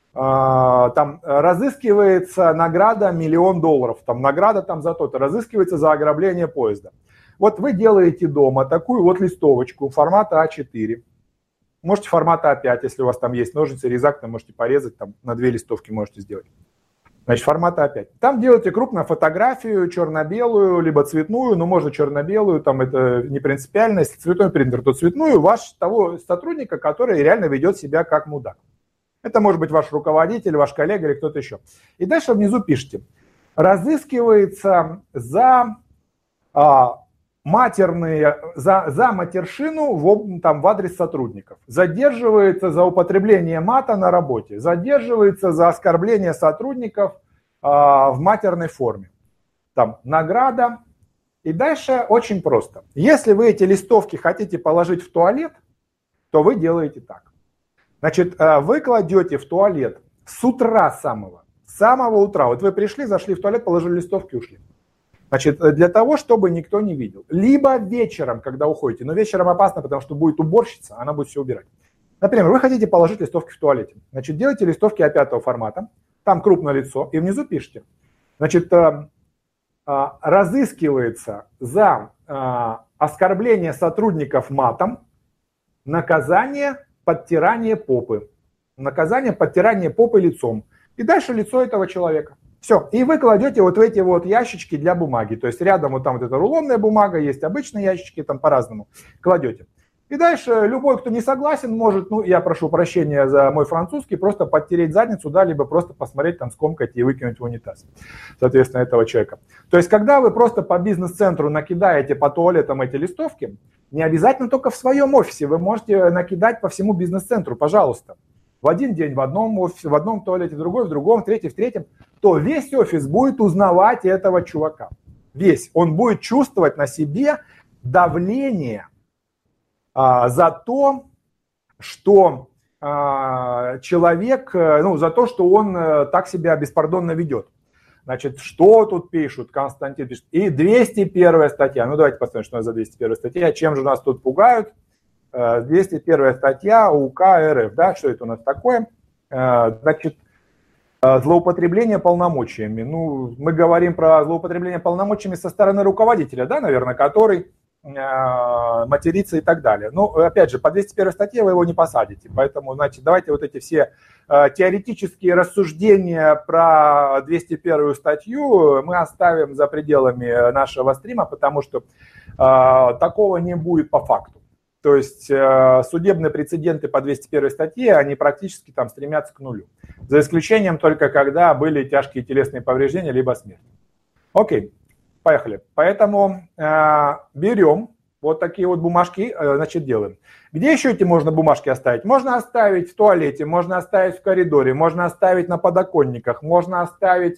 там разыскивается награда миллион долларов, там награда там за то-то, разыскивается за ограбление поезда. Вот вы делаете дома такую вот листовочку формата а четыре. Можете формата а пять, если у вас там есть ножницы, резак, там можете порезать, там на две листовки можете сделать. Значит, формата а пять. Там делаете крупную фотографию, черно-белую, либо цветную, но можно черно-белую, там это не принципиально. Если цветной принтер, то цветную, ваш того сотрудника, который реально ведет себя как мудак. Это может быть ваш руководитель, ваш коллега или кто-то еще. И дальше внизу пишите. Разыскивается за... А, матерные, за, за матершину в, там, в адрес сотрудников, задерживается за употребление мата на работе, задерживается за оскорбление сотрудников а, в матерной форме. Там награда. И дальше очень просто. Если вы эти листовки хотите положить в туалет, то вы делаете так. Значит, вы кладете в туалет с утра самого, с самого утра. Вот вы пришли, зашли в туалет, положили листовки, ушли. Значит, для того, чтобы никто не видел. Либо вечером, когда уходите. Но вечером опасно, потому что будет уборщица, она будет все убирать. Например, вы хотите положить листовки в туалете. Значит, делайте листовки а пять формата. Там крупное лицо. И внизу пишите. Значит, разыскивается за оскорбление сотрудников матом наказание подтирание попы. Наказание подтирание попы лицом. И дальше лицо этого человека. Все, и вы кладете вот в эти вот ящички для бумаги. То есть рядом вот там вот эта рулонная бумага, есть обычные ящички, там по-разному кладете. И дальше любой, кто не согласен, может, ну, я прошу прощения за мой французский, просто подтереть задницу, да, либо просто посмотреть, там, скомкать и выкинуть в унитаз, соответственно, этого человека. То есть, когда вы просто по бизнес-центру накидаете по туалетам эти листовки, не обязательно только в своем офисе, вы можете накидать по всему бизнес-центру, пожалуйста. В один день в одном офисе, в одном туалете, в другой, в другом, в третьем, в третьем, то весь офис будет узнавать этого чувака. Весь. Он будет чувствовать на себе давление а, за то, что а, человек, ну, за то, что он а, так себя беспардонно ведет. Значит, что тут пишут? Константин пишет. И двести первая статья. Ну, давайте посмотрим, что у нас за двести первая статья. Чем же нас тут пугают? двести первая статья УК РФ, да, что это у нас такое? Значит, злоупотребление полномочиями. Ну, мы говорим про злоупотребление полномочиями со стороны руководителя, да, наверное, который материться и так далее. Ну, опять же, по двести первой статье вы его не посадите, поэтому, значит, давайте вот эти все теоретические рассуждения про двести первую статью мы оставим за пределами нашего стрима, потому что такого не будет по факту. То есть судебные прецеденты по двести первой статье, они практически там стремятся к нулю. За исключением только когда были тяжкие телесные повреждения, либо смерть. Окей, поехали. Поэтому э, берем вот такие вот бумажки, э, значит, делаем. Где еще эти можно бумажки оставить? Можно оставить в туалете, можно оставить в коридоре, можно оставить на подоконниках, можно оставить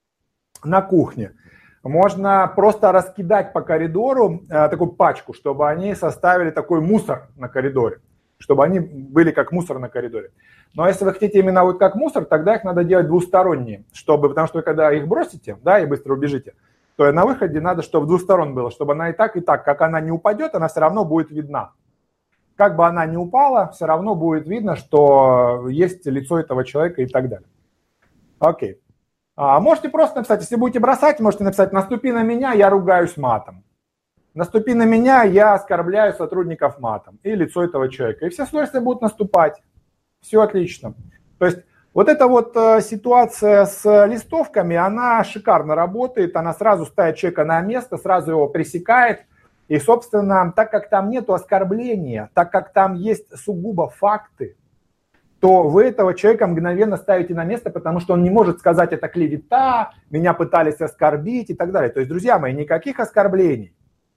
на кухне. Можно просто раскидать по коридору э, такую пачку, чтобы они составили такой мусор на коридоре, чтобы они были как мусор на коридоре. Но если вы хотите именно вот как мусор, тогда их надо делать двусторонние, чтобы, потому что когда их бросите, да, и быстро убежите, то на выходе надо, чтобы двух сторон было, чтобы она и так, и так, как она не упадет, она все равно будет видна. Как бы она ни упала, все равно будет видно, что есть лицо этого человека и так далее. Окей. А можете просто написать, если будете бросать, можете написать: «Наступи на меня, я ругаюсь матом». «Наступи на меня, я оскорбляю сотрудников матом» и лицо этого человека. И все следствия будут наступать. Все отлично. То есть вот эта вот ситуация с листовками, она шикарно работает, она сразу ставит человека на место, сразу его пресекает. И, собственно, так как там нету оскорбления, так как там есть сугубо факты, то вы этого человека мгновенно ставите на место, потому что он не может сказать: это клевета, меня пытались оскорбить и так далее. То есть, друзья мои, никаких оскорблений.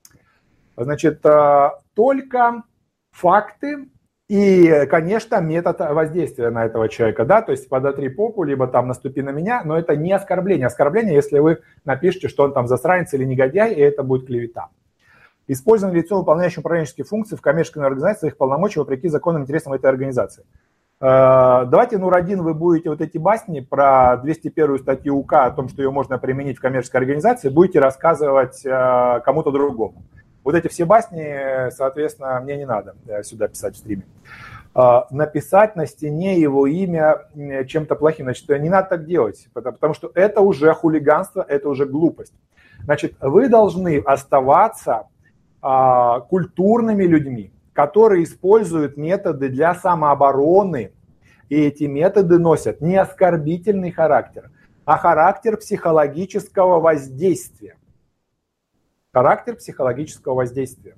Значит, только факты и, конечно, метод воздействия на этого человека. Да? То есть подотри попу, либо там наступи на меня, но это не оскорбление. Оскорбление, если вы напишете, что он там засранец или негодяй, и это будет клевета. Использование лицом, выполняющим управленческие функции в коммерческой организации, их полномочий вопреки законным интересам этой организации. Давайте, Нур-один, вы будете вот эти басни про двести первую статью УК о том, что ее можно применить в коммерческой организации, будете рассказывать кому-то другому. Вот эти все басни, соответственно, мне не надо сюда писать в стриме. Написать на стене его имя чем-то плохим, значит, не надо так делать, потому что это уже хулиганство, это уже глупость. Значит, вы должны оставаться культурными людьми, которые используют методы для самообороны, и эти методы носят не оскорбительный характер, а характер психологического воздействия. Характер психологического воздействия.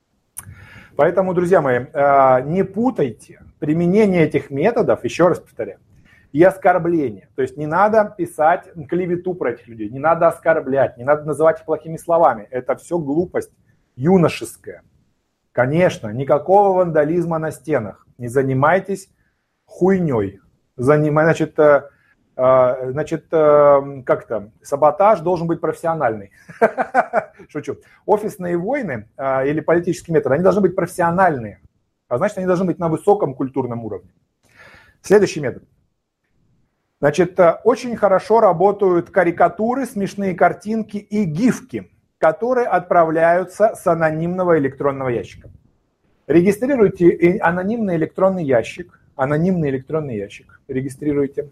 Поэтому, друзья мои, не путайте применение этих методов, еще раз повторяю, и оскорбление. То есть не надо писать клевету про этих людей, не надо оскорблять, не надо называть их плохими словами. Это все глупость юношеская. Конечно, никакого вандализма на стенах. Не занимайтесь хуйней. Занимай, значит, э, э, значит э, как там, саботаж должен быть профессиональный. Шучу. Офисные войны э, или политические методы, они должны быть профессиональные. А значит, они должны быть на высоком культурном уровне. Следующий метод. Значит, э, очень хорошо работают карикатуры, смешные картинки и гифки, которые отправляются с анонимного электронного ящика. Регистрируйте анонимный электронный ящик. Анонимный электронный ящик. Регистрируйте.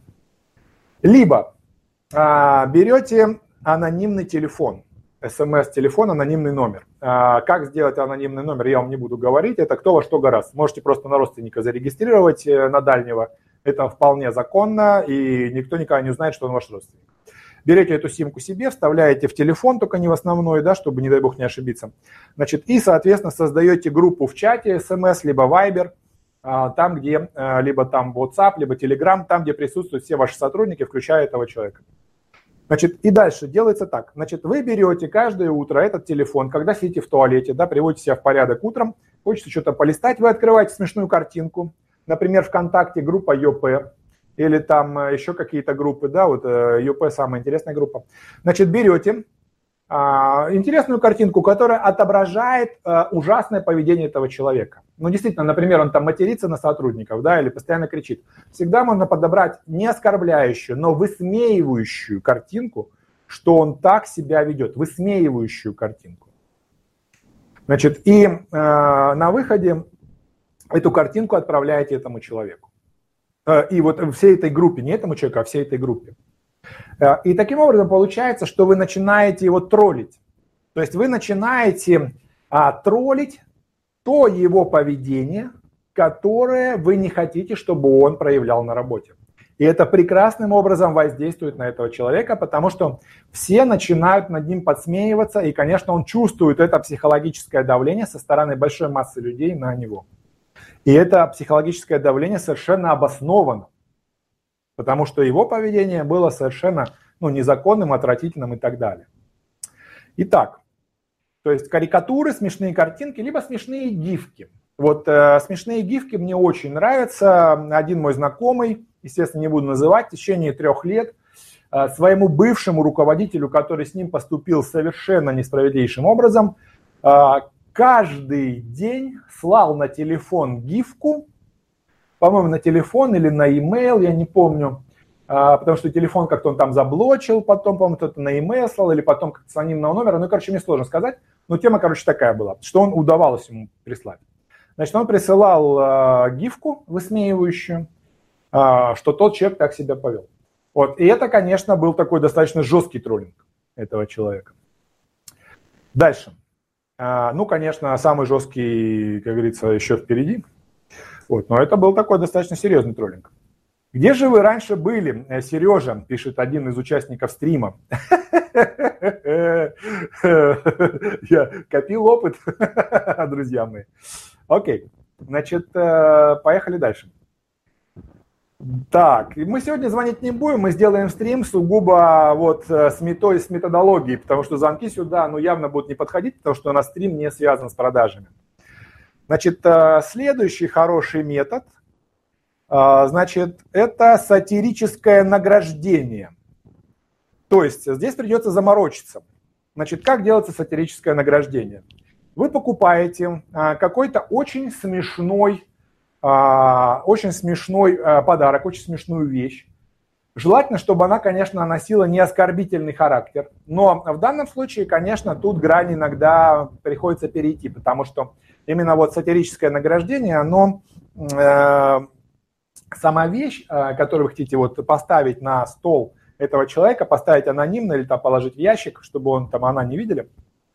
Либо а, берете анонимный телефон. СМС-телефон, анонимный номер. А, как сделать анонимный номер, я вам не буду говорить. Это кто во что гораздо. Можете просто на родственника зарегистрировать, на дальнего. Это вполне законно, и никто никогда не узнает, что он ваш родственник. Берете эту симку себе, вставляете в телефон, только не в основной, да, чтобы, не дай бог, не ошибиться. Значит, и, соответственно, создаете группу в чате, смс, либо Viber, там, где, либо там WhatsApp, либо Telegram, там, где присутствуют все ваши сотрудники, включая этого человека. Значит, и дальше делается так. Значит, вы берете каждое утро этот телефон, когда сидите в туалете, да, приводите себя в порядок утром, хочется что-то полистать, вы открываете смешную картинку, например, ВКонтакте группа ЮП, или там еще какие-то группы, да, вот ЮП самая интересная группа. Значит, берете а, интересную картинку, которая отображает а, ужасное поведение этого человека. Ну, действительно, например, он там матерится на сотрудников, да, или постоянно кричит. Всегда можно подобрать не оскорбляющую, но высмеивающую картинку, что он так себя ведет, высмеивающую картинку. Значит, и а, на выходе эту картинку отправляете этому человеку. И вот всей этой группе, не этому человеку, а всей этой группе. И таким образом получается, что вы начинаете его троллить. То есть вы начинаете а троллить то его поведение, которое вы не хотите, чтобы он проявлял на работе. И это прекрасным образом воздействует на этого человека, потому что все начинают над ним подсмеиваться, и, конечно, он чувствует это психологическое давление со стороны большой массы людей на него. И это психологическое давление совершенно обосновано, потому что его поведение было совершенно ну, незаконным, отвратительным и так далее. Итак, то есть карикатуры, смешные картинки, либо смешные гифки. Вот э, смешные гифки мне очень нравятся. Один мой знакомый, естественно, не буду называть, в течение трех лет э, своему бывшему руководителю, который с ним поступил совершенно несправедливейшим образом, э, каждый день слал на телефон гифку, по-моему, на телефон или на e-mail, я не помню, э, потому что телефон как-то он там заблочил, потом, по-моему, кто-то на e-mail слал, или потом как-то с анонимного номера. Ну, короче, мне сложно сказать, но тема, короче, такая была, что он удавалось ему прислать. Значит, он присылал э, гифку высмеивающую, э, что тот человек так себя повел. Вот. И это, конечно, был такой достаточно жесткий троллинг этого человека. Дальше. Э, ну, конечно, самый жесткий, как говорится, еще впереди. Вот. Но это был такой достаточно серьезный троллинг. Где же вы раньше были, Сережа, пишет один из участников стрима. Я копил опыт, друзья мои. Окей, значит, поехали дальше. Так, мы сегодня звонить не будем, мы сделаем стрим сугубо вот с метой, с методологией, потому что звонки сюда, ну, явно будут не подходить, потому что у нас стрим не связан с продажами. Значит, следующий хороший метод, значит, это сатирическое награждение. То есть здесь придется заморочиться. Значит, как делается сатирическое награждение? Вы покупаете а, какой-то очень смешной, а, очень смешной а, подарок, очень смешную вещь. Желательно, чтобы она, конечно, носила не оскорбительный характер. Но в данном случае, конечно, тут грань иногда приходится перейти, потому что именно вот сатирическое награждение, оно, э, сама вещь, э, которую вы хотите вот поставить на стол этого человека, поставить анонимно или там положить в ящик, чтобы он там, она не видели,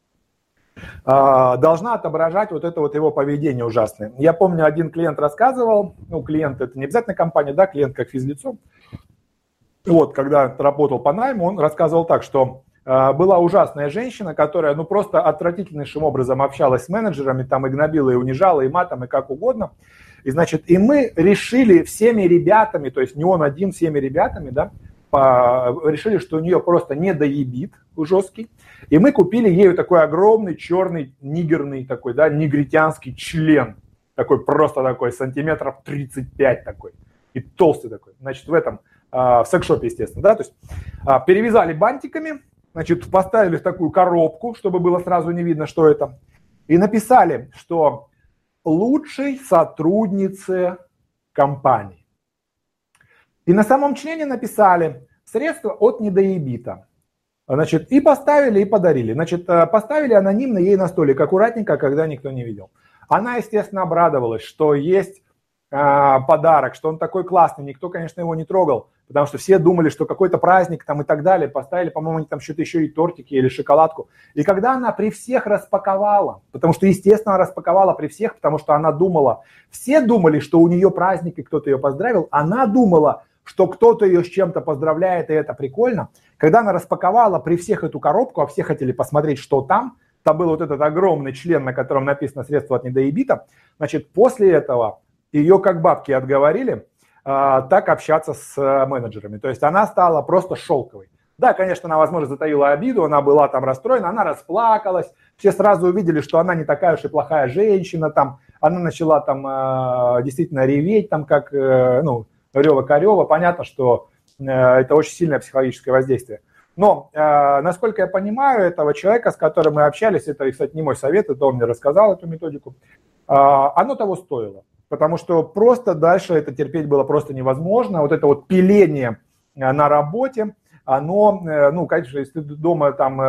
должна отображать вот это вот его поведение ужасное. Я помню, один клиент рассказывал, ну, клиент это не обязательно компания, да, клиент как физлицо. Вот, когда работал по найму, он рассказывал так, что э, была ужасная женщина, которая, ну, просто отвратительнейшим образом общалась с менеджерами, там, и гнобила, и унижала, и матом, и как угодно. И, значит, и мы решили всеми ребятами, то есть не он один, всеми ребятами, да, решили, что у нее просто недоебит жесткий, и мы купили ей такой огромный черный нигерный такой, да, негритянский член, такой просто такой, сантиметров тридцать пять такой, и толстый такой, значит, в этом, в секс-шопе, естественно, да, то есть перевязали бантиками, значит, поставили в такую коробку, чтобы было сразу не видно, что это, и написали, что лучшей сотруднице компании. И на самом члене написали средства от недоебита. Значит, и поставили, и подарили. Значит, поставили анонимно ей на столик, аккуратненько, когда никто не видел. Она, естественно, обрадовалась, что есть э, подарок, что он такой классный. Никто, конечно, его не трогал, потому что все думали, что какой-то праздник там и так далее. Поставили, по-моему, они там что-то еще и тортики или шоколадку. И когда она при всех распаковала, потому что, естественно, она распаковала при всех, потому что она думала, все думали, что у нее праздник и кто-то ее поздравил, она думала, что кто-то ее с чем-то поздравляет, и это прикольно. Когда она распаковала при всех эту коробку, а все хотели посмотреть, что там, там был вот этот огромный член, на котором написано «средство от недоебита», значит, после этого ее как бабки отговорили а, так общаться с а, менеджерами. То есть она стала просто шелковой. Да, конечно, она, возможно, затаила обиду, она была там расстроена, она расплакалась, все сразу увидели, что она не такая уж и плохая женщина, там, она начала там а, действительно реветь, там, как, а, ну, Рева-Корева, понятно, что э, это очень сильное психологическое воздействие. Но, э, насколько я понимаю, этого человека, с которым мы общались, это, кстати, не мой совет, это он мне рассказал эту методику, э, оно того стоило. Потому что просто дальше это терпеть было просто невозможно. Вот это вот пиление э, на работе, оно, э, ну, конечно, если ты дома там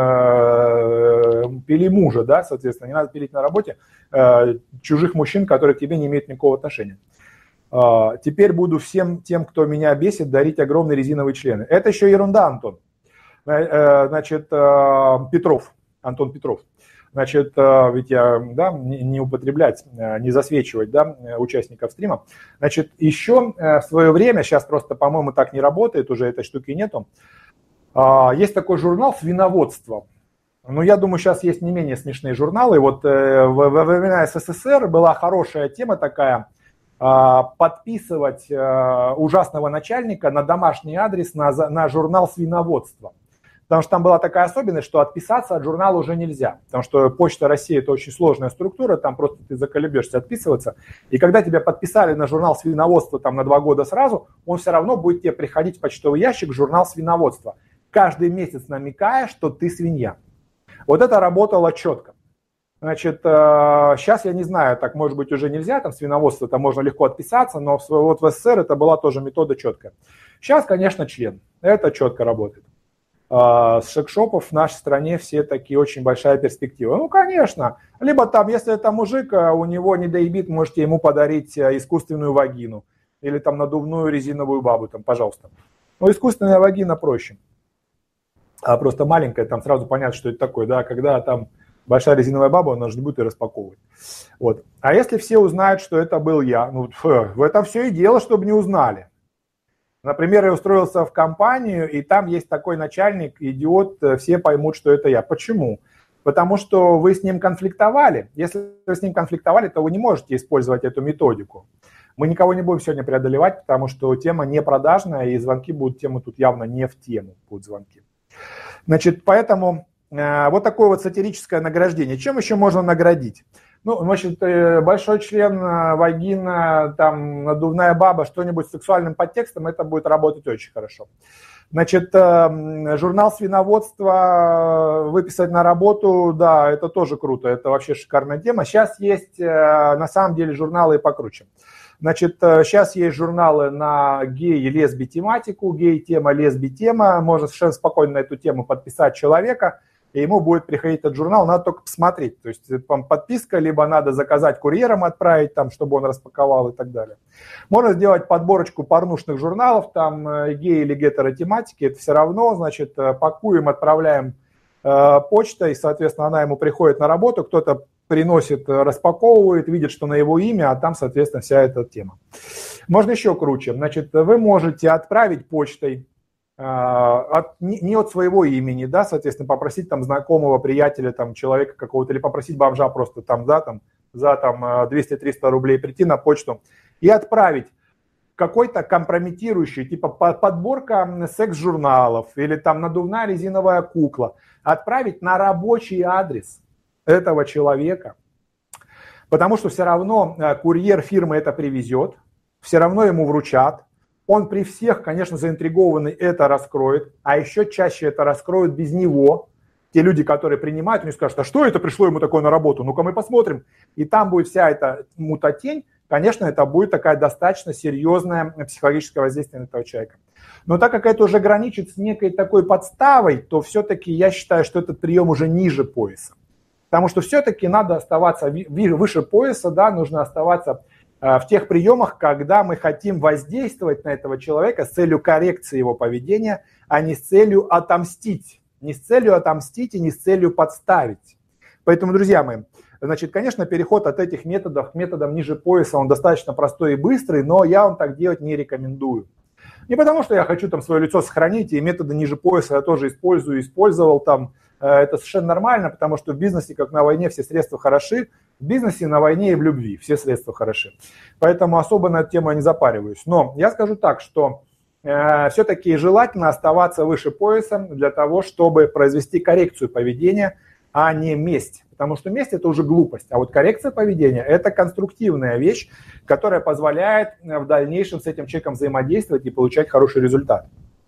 э, пили мужа, да, соответственно, не надо пилить на работе э, чужих мужчин, которые к тебе не имеют никакого отношения. Uh, теперь буду всем тем, кто меня бесит, дарить огромные резиновые члены. Это еще ерунда, Антон. Uh, значит, uh, Петров, Антон Петров. Значит, ведь я, да, не употреблять, не засвечивать, да, участников стрима. Значит, еще в свое время, сейчас просто, по-моему, так не работает, уже этой штуки нету, есть такой журнал «Свиноводство». Ну, я думаю, сейчас есть не менее смешные журналы. Вот во времена СССР была хорошая тема такая – подписывать ужасного начальника на домашний адрес на, на журнал «Свиноводство». Потому что там была такая особенность, что отписаться от журнала уже нельзя. Потому что Почта России – это очень сложная структура, там просто ты заколебешься отписываться. И когда тебя подписали на журнал «Свиноводство» там, на два года сразу, он все равно будет тебе приходить в почтовый ящик журнал «Свиноводство», каждый месяц намекая, что ты свинья. Вот это работало четко. Значит, сейчас я не знаю, так может быть уже нельзя, там свиноводство, там можно легко отписаться, но вот в СССР это была тоже метода четкая. Сейчас, конечно, член, это четко работает. С шекшопов в нашей стране все такие очень большая перспектива. Ну, конечно, либо там, если это мужик, у него недоебит, можете ему подарить искусственную вагину или там надувную резиновую бабу, там, пожалуйста. Но искусственная вагина проще. А просто маленькая, там сразу понятно, что это такое, да, когда там большая резиновая баба, она же будет и распаковывать. Вот. А если все узнают, что это был я, ну, фу, в этом все и дело, чтобы не узнали. Например, я устроился в компанию, и там есть такой начальник, идиот, все поймут, что это я. Почему? Потому что вы с ним конфликтовали. Если вы с ним конфликтовали, то вы не можете использовать эту методику. Мы никого не будем сегодня преодолевать, потому что тема не продажная, и звонки будут, тема тут явно не в тему, будут звонки. Значит, поэтому э, вот такое вот сатирическое награждение. Чем еще можно наградить? Ну, значит, большой член, вагина, там, надувная баба, что-нибудь с сексуальным подтекстом, это будет работать очень хорошо. Значит, журнал свиноводства выписать на работу, да, это тоже круто, это вообще шикарная тема. Сейчас есть, на самом деле, журналы и покруче. Значит, сейчас есть журналы на гей- и лесби-тематику, гей-тема, лесби-тема, можно совершенно спокойно на эту тему подписать человека, и ему будет приходить этот журнал, надо только посмотреть. То есть там подписка, либо надо заказать курьером отправить, там, чтобы он распаковал и так далее. Можно сделать подборочку порнушных журналов, там гей или гетеротематики, это все равно, значит, пакуем, отправляем э, почтой, соответственно, она ему приходит на работу, кто-то приносит, распаковывает, видит, что на его имя, а там, соответственно, вся эта тема. Можно еще круче. Значит, вы можете отправить почтой, От, не от своего имени, да, соответственно, попросить там знакомого, приятеля, там, человека какого-то, или попросить бомжа просто там, да, там, за там двести-триста рублей прийти на почту и отправить какой-то компрометирующий, типа подборка секс-журналов или там надувная резиновая кукла, отправить на рабочий адрес этого человека, потому что все равно курьер фирмы это привезет, все равно ему вручат. Он при всех, конечно, заинтригованный это раскроет, а еще чаще это раскроют без него. Те люди, которые принимают, они скажут, а что это пришло ему такое на работу? Ну-ка мы посмотрим. И там будет вся эта мутатень. Конечно, это будет такая достаточно серьезное психологическое воздействие на этого человека. Но так как это уже граничит с некой такой подставой, то все-таки я считаю, что этот прием уже ниже пояса. Потому что все-таки надо оставаться выше пояса, да, нужно оставаться в тех приемах, когда мы хотим воздействовать на этого человека с целью коррекции его поведения, а не с целью отомстить. Не с целью отомстить и не с целью подставить. Поэтому, друзья мои, значит, конечно, переход от этих методов к методам ниже пояса, он достаточно простой и быстрый, но я вам так делать не рекомендую. Не потому, что я хочу там свое лицо сохранить, и методы ниже пояса я тоже использую, использовал там. Это совершенно нормально, потому что в бизнесе, как на войне, все средства хороши. В бизнесе, на войне и в любви все средства хороши. Поэтому особо на эту тему я не запариваюсь. Но я скажу так, что э, все-таки желательно оставаться выше пояса для того, чтобы произвести коррекцию поведения, а не месть. Потому что месть – это уже глупость. А вот коррекция поведения – это конструктивная вещь, которая позволяет в дальнейшем с этим человеком взаимодействовать и получать хороший результат.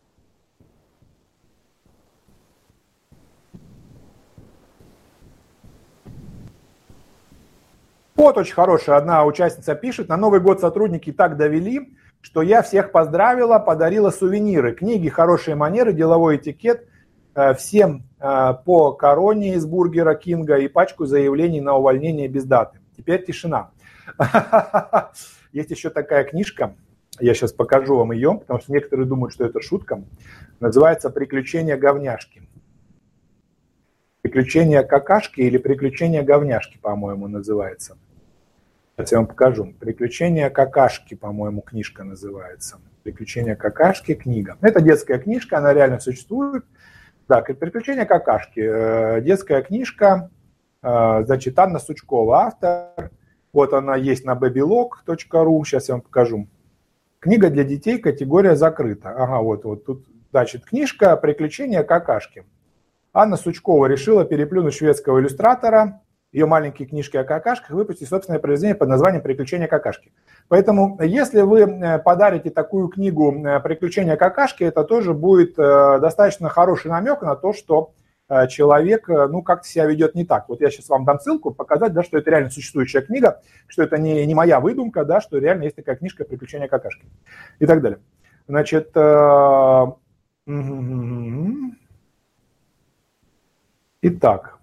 Вот очень хорошая одна участница пишет, на Новый год сотрудники так довели, что я всех поздравила, подарила сувениры, книги, хорошие манеры, деловой этикет, всем по короне из Бургера Кинга и пачку заявлений на увольнение без даты. Теперь тишина. Есть еще такая книжка, я сейчас покажу вам ее, потому что некоторые думают, что это шутка, называется «Приключения говняшки». Приключения какашки или приключения говняшки, по-моему, называется. Сейчас я вам покажу. Приключения какашки, по-моему, книжка называется. Приключения какашки, книга. Это детская книжка, она реально существует. Да, приключения какашки. Детская книжка, значит, Анна Сучкова, автор. Вот она есть на бэбилог точка ру. Сейчас я вам покажу. Книга для детей, категория закрыта. Ага, вот, вот тут, значит, книжка «Приключения какашки». Анна Сучкова решила переплюнуть шведского иллюстратора, ее маленькие книжки о какашках, выпустить собственное произведение под названием «Приключения какашки». Поэтому, если вы подарите такую книгу «Приключения какашки», это тоже будет достаточно хороший намек на то, что человек, ну, как-то себя ведет не так. Вот я сейчас вам дам ссылку, показать, да, что это реально существующая книга, что это не, не моя выдумка, да, что реально есть такая книжка «Приключения какашки» и так далее. Значит, э... итак.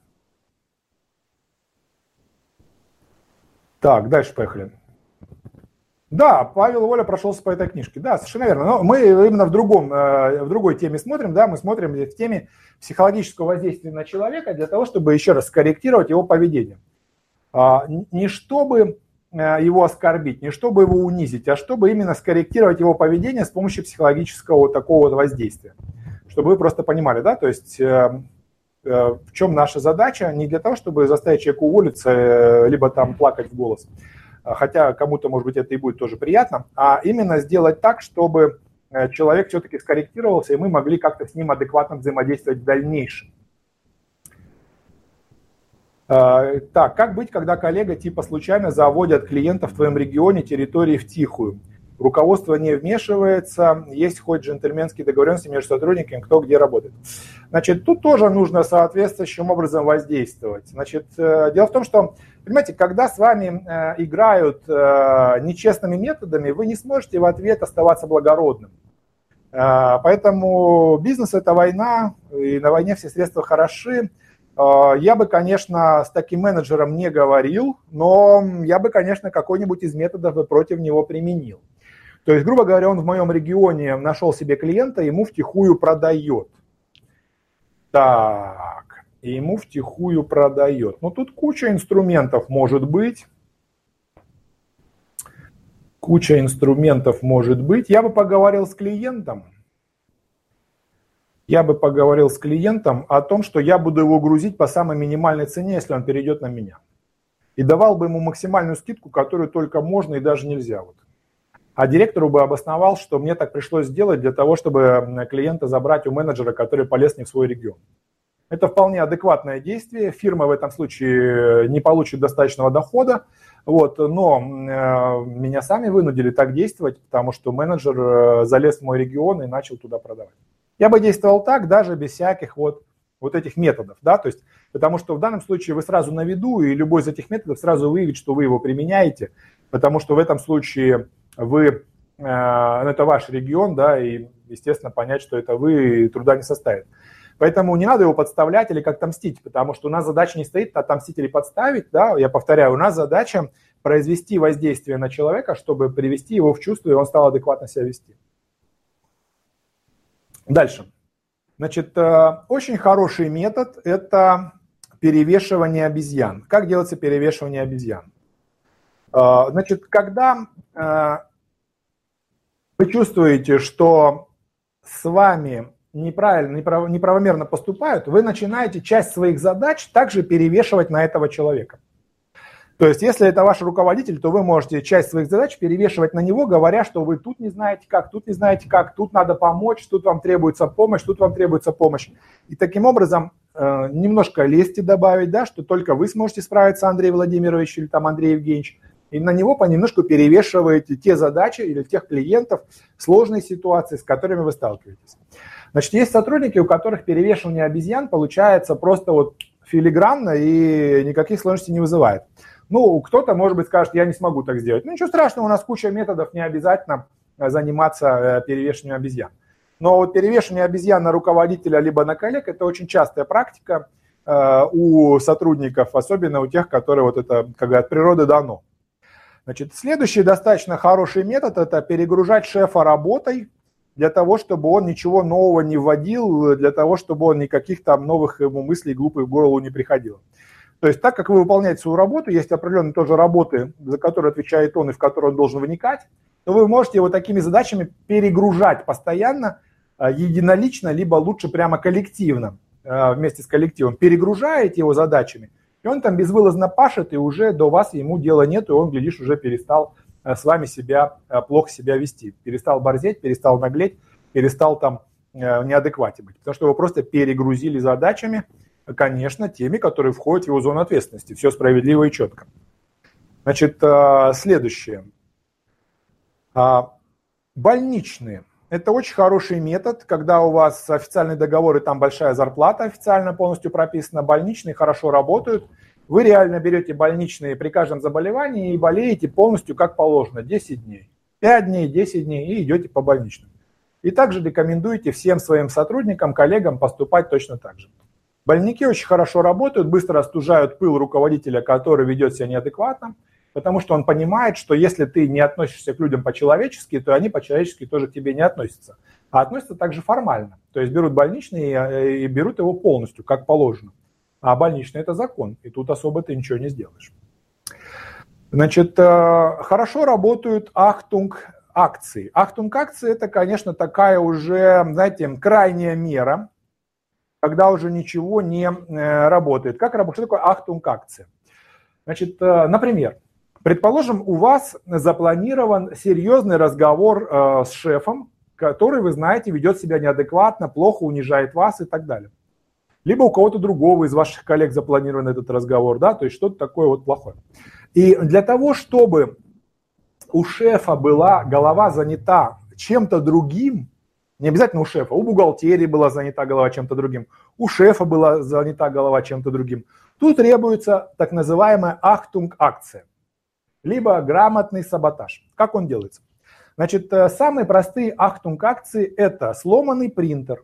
Так, дальше поехали. Да, Павел Воля прошелся по этой книжке. Да, совершенно верно. Но мы именно в, другом, в другой теме смотрим. Да, мы смотрим в теме психологического воздействия на человека для того, чтобы еще раз скорректировать его поведение. Не чтобы его оскорбить, не чтобы его унизить, а чтобы именно скорректировать его поведение с помощью психологического такого вот воздействия. Чтобы вы просто понимали, да, то есть в чем наша задача, не для того, чтобы заставить человека уволиться, либо там плакать в голос, хотя кому-то, может быть, это и будет тоже приятно, а именно сделать так, чтобы человек все-таки скорректировался, и мы могли как-то с ним адекватно взаимодействовать в дальнейшем. Так, как быть, когда коллега типа случайно заводят клиента в твоем регионе территории втихую? Руководство не вмешивается, есть хоть джентльменские договоренности между сотрудниками, кто где работает. Значит, тут тоже нужно соответствующим образом воздействовать. Значит, дело в том, что, понимаете, когда с вами играют нечестными методами, вы не сможете в ответ оставаться благородным. Поэтому бизнес – это война, и на войне все средства хороши. Я бы, конечно, с таким менеджером не говорил, но я бы, конечно, какой-нибудь из методов против него применил. То есть, грубо говоря, он в моем регионе нашел себе клиента, ему втихую продает. Так, и ему втихую продает. Ну, тут куча инструментов может быть. Куча инструментов может быть. Я бы поговорил с клиентом. Я бы поговорил с клиентом о том, что я буду его грузить по самой минимальной цене, если он перейдет на меня. И давал бы ему максимальную скидку, которую только можно и даже нельзя. Вот. А директору бы обосновал, что мне так пришлось сделать для того, чтобы клиента забрать у менеджера, который полез не в свой регион. Это вполне адекватное действие. Фирма в этом случае не получит достаточного дохода, вот, но э, меня сами вынудили так действовать, потому что менеджер залез в мой регион и начал туда продавать. Я бы действовал так, даже без всяких вот, вот этих методов, да, то есть, потому что в данном случае вы сразу на виду, и любой из этих методов сразу выявит, что вы его применяете, потому что в этом случае вы, э, это ваш регион, да, и, естественно, понять, что это вы, труда не составит. Поэтому не надо его подставлять или как-то мстить, потому что у нас задача не стоит отомстить или подставить, да, я повторяю, у нас задача произвести воздействие на человека, чтобы привести его в чувство, и он стал адекватно себя вести. Дальше. Значит, очень хороший метод – это перевешивание обезьян. Как делается перевешивание обезьян? Значит, когда вы чувствуете, что с вами неправильно, неправомерно поступают, вы начинаете часть своих задач также перевешивать на этого человека. То есть, если это ваш руководитель, то вы можете часть своих задач перевешивать на него, говоря, что вы тут не знаете как, тут не знаете как, тут надо помочь, тут вам требуется помощь, тут вам требуется помощь. И таким образом э, немножко лести добавить, да, что только вы сможете справиться, Андрей Владимирович или там Андрей Евгеньевич, и на него понемножку перевешиваете те задачи или тех клиентов, сложные ситуации, с которыми вы сталкиваетесь. Значит, есть сотрудники, у которых перевешивание обезьян получается просто вот филигранно и никаких сложностей не вызывает. Ну, кто-то, может быть, скажет, я не смогу так сделать. Ну, ничего страшного, у нас куча методов, не обязательно заниматься перевешиванием обезьян. Но вот перевешивание обезьян на руководителя либо на коллег – это очень частая практика у сотрудников, особенно у тех, которые вот это, как говорят, от природы дано. Значит, следующий достаточно хороший метод – это перегружать шефа работой для того, чтобы он ничего нового не вводил, для того, чтобы он никаких там новых ему мыслей глупых в голову не приходило. То есть так как вы выполняете свою работу, есть определенные тоже работы, за которые отвечает он и в которые он должен вникать, то вы можете его такими задачами перегружать постоянно, единолично, либо лучше прямо коллективно, вместе с коллективом. Перегружаете его задачами, и он там безвылазно пашет, и уже до вас ему дела нет, и он, глядишь, уже перестал с вами себя, плохо себя вести. Перестал борзеть, перестал наглеть, перестал там неадекватен быть. Потому что его просто перегрузили задачами, конечно, теми, которые входят в его зону ответственности. Все справедливо и четко. Значит, следующее. Больничные. Это очень хороший метод, когда у вас официальный договор и там большая зарплата официально полностью прописана. Больничные хорошо работают. Вы реально берете больничные при каждом заболевании и болеете полностью как положено. десять дней. пять дней, десять дней и идете по больничным. И также рекомендуете всем своим сотрудникам, коллегам поступать точно так же. Больники очень хорошо работают, быстро остужают пыл руководителя, который ведет себя неадекватно, потому что он понимает, что если ты не относишься к людям по-человечески, то они по-человечески тоже к тебе не относятся. А относятся также формально. То есть берут больничный и берут его полностью, как положено. А больничный – это закон, и тут особо ты ничего не сделаешь. Значит, хорошо работают ахтунг-акции. Ахтунг-акции – это, конечно, такая уже, знаете, крайняя мера, когда уже ничего не работает. Как работает? Что такое ахтунг-акция? Значит, например, предположим, у вас запланирован серьезный разговор с шефом, который, вы знаете, ведет себя неадекватно, плохо унижает вас и так далее. Либо у кого-то другого из ваших коллег запланирован этот разговор, да, то есть что-то такое вот плохое. И для того, чтобы у шефа была голова занята чем-то другим, не обязательно у шефа, у бухгалтерии была занята голова чем-то другим, у шефа была занята голова чем-то другим, тут требуется так называемая ахтунг-акция, либо грамотный саботаж. Как он делается? Значит, самые простые ахтунг-акции – это сломанный принтер.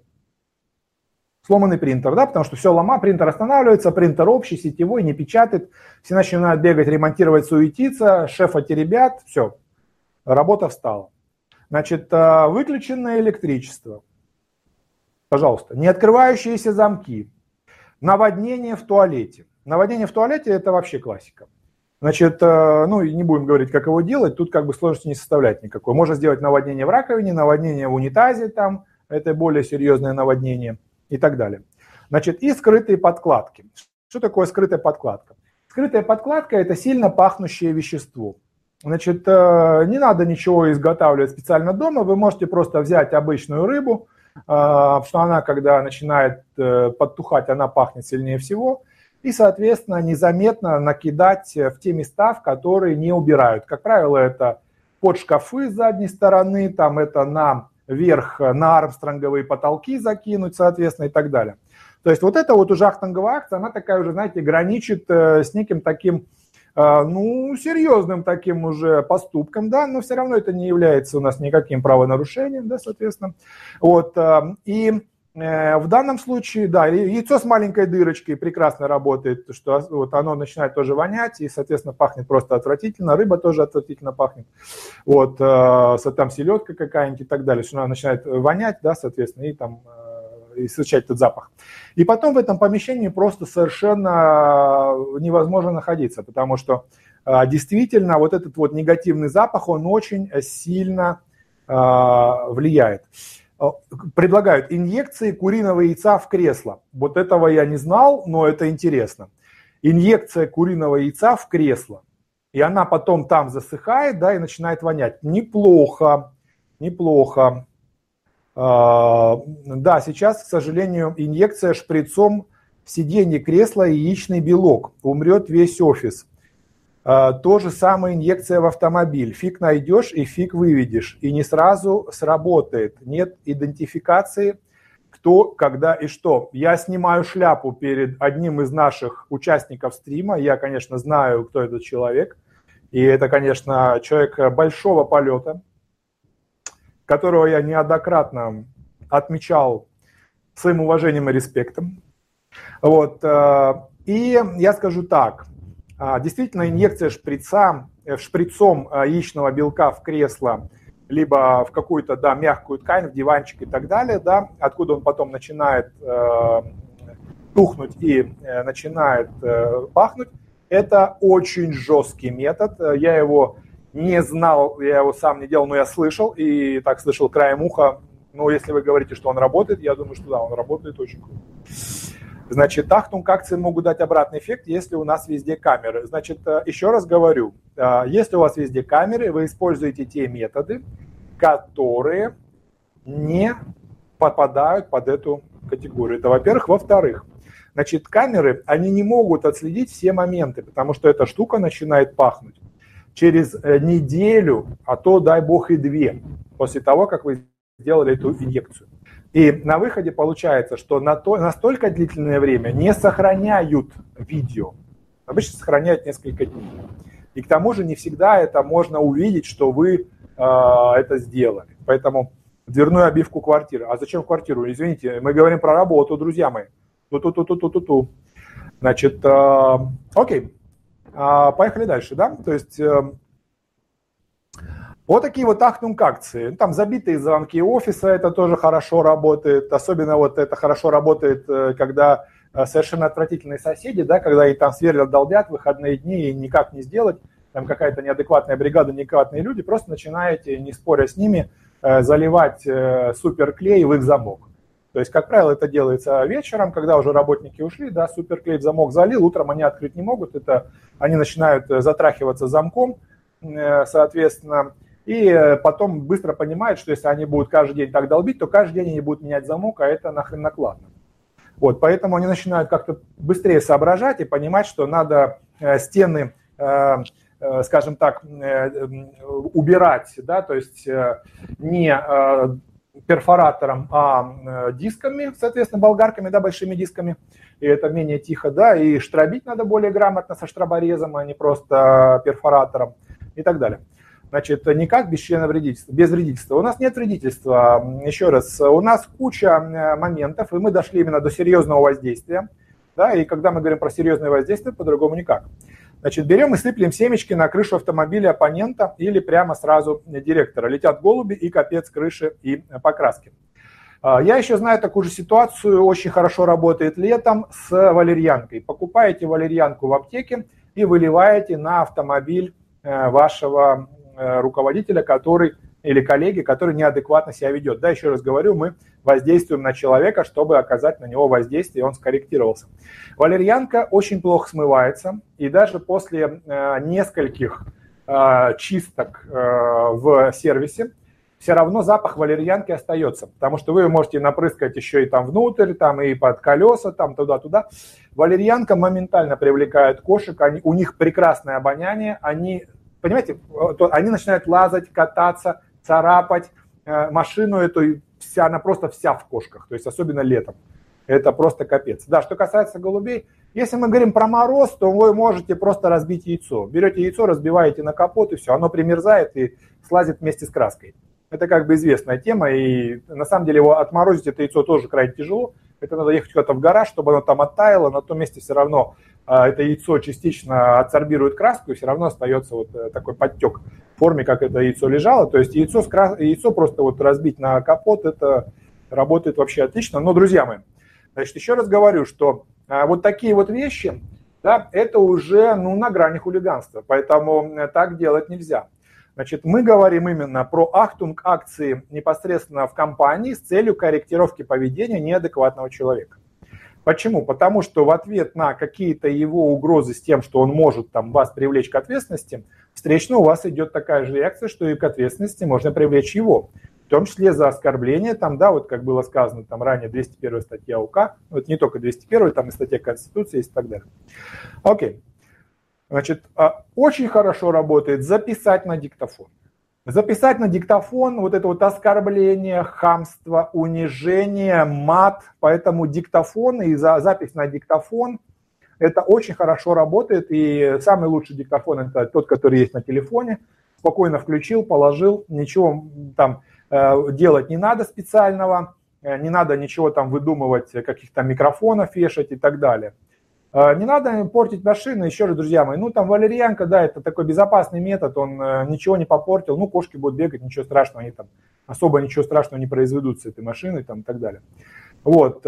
Сломанный принтер, да, потому что все лома, принтер останавливается, принтер общий, сетевой, не печатает, все начинают бегать, ремонтировать, суетиться, шефа теребят, все, работа встала. Значит, выключенное электричество, пожалуйста, не открывающиеся замки, наводнение в туалете. Наводнение в туалете – это вообще классика. Значит, ну, не будем говорить, как его делать, тут как бы сложности не составляет никакой. Можно сделать наводнение в раковине, наводнение в унитазе, там, это более серьезное наводнение. И так далее. Значит, и скрытые подкладки. Что такое скрытая подкладка? Скрытая подкладка – это сильно пахнущее вещество. Значит, не надо ничего изготавливать специально дома, вы можете просто взять обычную рыбу, что она, когда начинает подтухать, она пахнет сильнее всего, и, соответственно, незаметно накидать в те места, в которые не убирают. Как правило, это под шкафы с задней стороны, там это на вверх на армстронговые потолки закинуть, соответственно, и так далее. То есть вот эта вот уже ахтунговая акция, она такая уже, знаете, граничит с неким таким, ну, серьезным таким уже поступком, да, но все равно это не является у нас никаким правонарушением, да, соответственно. Вот, и в данном случае, да, яйцо с маленькой дырочкой прекрасно работает, что вот оно начинает тоже вонять и, соответственно, пахнет просто отвратительно, рыба тоже отвратительно пахнет, вот, там селедка какая-нибудь и так далее, что она начинает вонять, да, соответственно, и там источать этот запах. И потом в этом помещении просто совершенно невозможно находиться, потому что действительно вот этот вот негативный запах, он очень сильно влияет. Предлагают инъекции куриного яйца в кресло. Вот этого я не знал, но это интересно. Инъекция куриного яйца в кресло. И она потом там засыхает, да, и начинает вонять. Неплохо, неплохо. Да, сейчас, к сожалению, инъекция шприцом в сиденье кресла яичный белок. Умрет весь офис. То же самое инъекция в автомобиль. Фиг найдешь и фиг выведешь. И не сразу сработает. Нет идентификации, кто, когда и что. Я снимаю шляпу перед одним из наших участников стрима. Я, конечно, знаю, кто этот человек. И это, конечно, человек большого полета, которого я неоднократно отмечал своим уважением и респектом. Вот. И я скажу так. Действительно, инъекция шприца, шприцом яичного белка в кресло либо в какую-то, да, мягкую ткань, в диванчик и так далее, да, откуда он потом начинает э, тухнуть и э, начинает э, пахнуть. Это очень жесткий метод. Я его не знал, я его сам не делал, но я слышал, и так слышал краем уха. Но если вы говорите, что он работает, я думаю, что да, он работает очень круто. Значит, ахтунг-акции могут дать обратный эффект, если у нас везде камеры. Значит, еще раз говорю, если у вас везде камеры, вы используете те методы, которые не попадают под эту категорию. Это, во-первых. Во-вторых, значит, камеры, они не могут отследить все моменты, потому что эта штука начинает пахнуть через неделю, а то, дай бог, и две, после того, как вы сделали эту инъекцию. И на выходе получается, что на то, настолько длительное время не сохраняют видео. Обычно сохраняют несколько дней. И к тому же не всегда это можно увидеть, что вы э, это сделали. Поэтому дверную обивку квартиры. А зачем квартиру? Извините, мы говорим про работу, друзья мои. Ту-ту-ту-ту-ту-ту. Значит, э, окей. Э, поехали дальше, да? То есть... Э, Вот такие вот ахтунг-акции. Там забитые звонки офиса, это тоже хорошо работает. Особенно вот это хорошо работает, когда совершенно отвратительные соседи, да, когда они там сверлят, долбят в выходные дни и никак не сделать. Там какая-то неадекватная бригада, неадекватные люди. Просто начинаете, не споря с ними, заливать суперклей в их замок. То есть, как правило, это делается вечером, когда уже работники ушли, да, суперклей в замок залил, утром они открыть не могут. Это они начинают затрахиваться замком, соответственно. И потом быстро понимают, что если они будут каждый день так долбить, то каждый день они будут менять замок, а это нахрен накладно. Вот, поэтому они начинают как-то быстрее соображать и понимать, что надо стены, скажем так, убирать, да, то есть не перфоратором, а дисками, соответственно, болгарками, да, большими дисками, и это менее тихо, да, и штробить надо более грамотно со штроборезом, а не просто перфоратором и так далее. Значит, никак без члена вредительства, без вредительства. У нас нет вредительства. Еще раз, у нас куча моментов, и мы дошли именно до серьезного воздействия. Да, и когда мы говорим про серьезное воздействие, по-другому никак. Значит, берем и сыплем семечки на крышу автомобиля оппонента или прямо сразу директора. Летят голуби и капец крыши и покраски. Я еще знаю такую же ситуацию, очень хорошо работает летом с валерьянкой. Покупаете валерьянку в аптеке и выливаете на автомобиль вашего руководителя, который или коллеги, который неадекватно себя ведет. Да, еще раз говорю, мы воздействуем на человека, чтобы оказать на него воздействие, и он скорректировался. Валерьянка очень плохо смывается, и даже после э, нескольких э, чисток э, в сервисе все равно запах валерьянки остается, потому что вы можете напрыскать еще и там внутрь, там и под колеса, там туда-туда. Валерьянка моментально привлекает кошек, они, у них прекрасное обоняние, они... Понимаете, они начинают лазать, кататься, царапать машину эту, вся, она просто вся в кошках, то есть особенно летом. Это просто капец. Да, что касается голубей, если мы говорим про мороз, то вы можете просто разбить яйцо. Берете яйцо, разбиваете на капот, и все, оно примерзает и слазит вместе с краской. Это как бы известная тема, и на самом деле его отморозить, это яйцо тоже крайне тяжело. Это надо ехать куда-то в гараж, чтобы оно там оттаяло, на том месте все равно это яйцо частично адсорбирует краску, и все равно остается вот такой подтек в форме, как это яйцо лежало. То есть яйцо, с крас... яйцо просто вот разбить на капот, это работает вообще отлично. Но, друзья мои, значит, еще раз говорю, что вот такие вот вещи, да, это уже ну, на грани хулиганства, поэтому так делать нельзя. Значит, мы говорим именно про ахтунг-акции непосредственно в компании с целью корректировки поведения неадекватного человека. Почему? Потому что в ответ на какие-то его угрозы с тем, что он может там, вас привлечь к ответственности, встречно у вас идет такая же реакция, что и к ответственности можно привлечь его. В том числе за оскорбление, там, да, вот как было сказано там ранее, двести первая статья УК, вот не только двести первая, там и статья Конституции есть и так далее. Окей. Значит, очень хорошо работает записать на диктофон. Записать на диктофон вот это вот оскорбление, хамство, унижение, мат. Поэтому диктофон и запись на диктофон, это очень хорошо работает. И самый лучший диктофон – это тот, который есть на телефоне. Спокойно включил, положил, ничего там делать не надо специального, не надо ничего там выдумывать, каких-то микрофонов вешать и так далее. Не надо портить машины, еще раз, друзья мои. Ну, там валерьянка, да, это такой безопасный метод, он ничего не попортил. Ну, кошки будут бегать, ничего страшного, они там особо ничего страшного не произведут с этой машиной там, и так далее. Вот.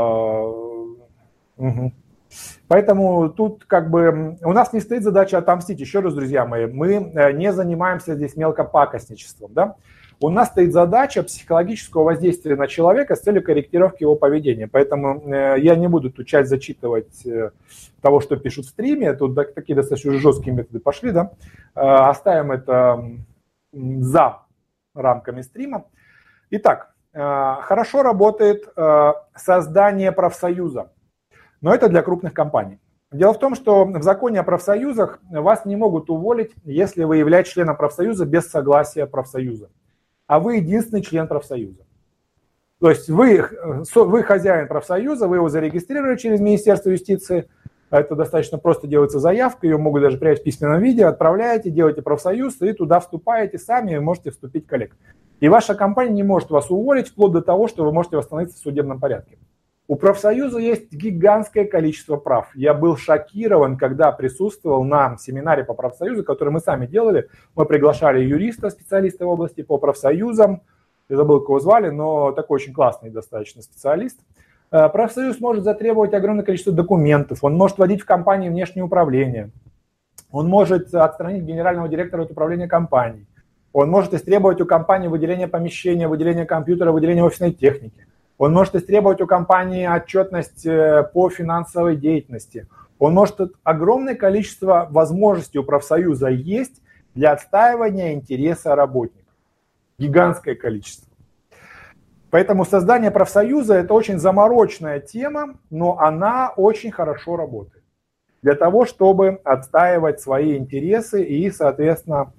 Угу. Поэтому тут как бы у нас не стоит задача отомстить. Еще раз, друзья мои, мы не занимаемся здесь мелкопакостничеством, да? У нас стоит задача психологического воздействия на человека с целью корректировки его поведения. Поэтому я не буду тут часть зачитывать того, что пишут в стриме. Тут такие достаточно жесткие методы пошли, да? Оставим это за рамками стрима. Итак, хорошо работает создание профсоюза, но это для крупных компаний. Дело в том, что в законе о профсоюзах вас не могут уволить, если вы являетесь членом профсоюза без согласия профсоюза. А вы единственный член профсоюза. То есть вы, вы хозяин профсоюза, вы его зарегистрировали через Министерство юстиции. Это достаточно просто делается заявка, ее могут даже принять в письменном виде, отправляете, делаете профсоюз и туда вступаете сами, и можете вступить в коллег. И ваша компания не может вас уволить вплоть до того, что вы можете восстановиться в судебном порядке. У профсоюза есть гигантское количество прав. Я был шокирован, когда присутствовал на семинаре по профсоюзу, который мы сами делали. Мы приглашали юриста, специалиста в области по профсоюзам. Я забыл, кого звали, но такой очень классный достаточно специалист. Профсоюз может затребовать огромное количество документов. Он может вводить в компании внешнее управление. Он может отстранить генерального директора от управления компанией. Он может истребовать у компании выделение помещения, выделение компьютера, выделение офисной техники. Он может истребовать у компании отчетность по финансовой деятельности. Он может... Огромное количество возможностей у профсоюза есть для отстаивания интереса работников. Гигантское количество. Поэтому создание профсоюза – это очень замороченная тема, но она очень хорошо работает. Для того, чтобы отстаивать свои интересы и, соответственно,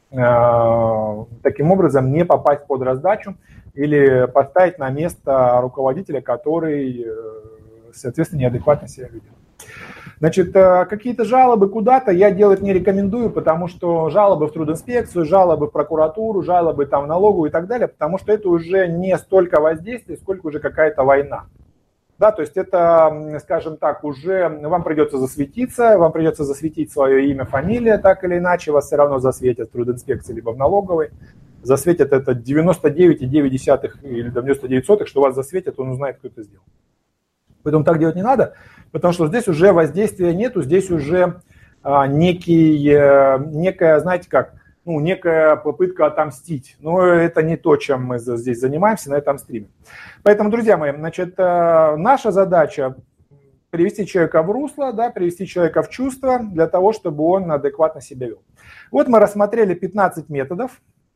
таким образом не попасть под раздачу или поставить на место руководителя, который, соответственно, неадекватно себя ведет. Значит, какие-то жалобы куда-то я делать не рекомендую, потому что жалобы в трудинспекцию, жалобы в прокуратуру, жалобы там в налоговую и так далее, потому что это уже не столько воздействие, сколько уже какая-то война. Да, то есть это, скажем так, уже вам придется засветиться, вам придется засветить свое имя, фамилия, так или иначе, вас все равно засветят в трудинспекции либо в налоговой. Засветят это девяносто девять и девять десятых или девяносто девять сотых, что вас засветят, он узнает, кто это сделал. Поэтому так делать не надо, потому что здесь уже воздействия нету, здесь уже а, некий, а, некая, знаете как, ну, некая попытка отомстить. Но это не то, чем мы здесь занимаемся на этом стриме. Поэтому, друзья мои, значит, а, наша задача привести человека в русло, да, привести человека в чувство для того, чтобы он адекватно себя вел. Вот мы рассмотрели пятнадцать методов.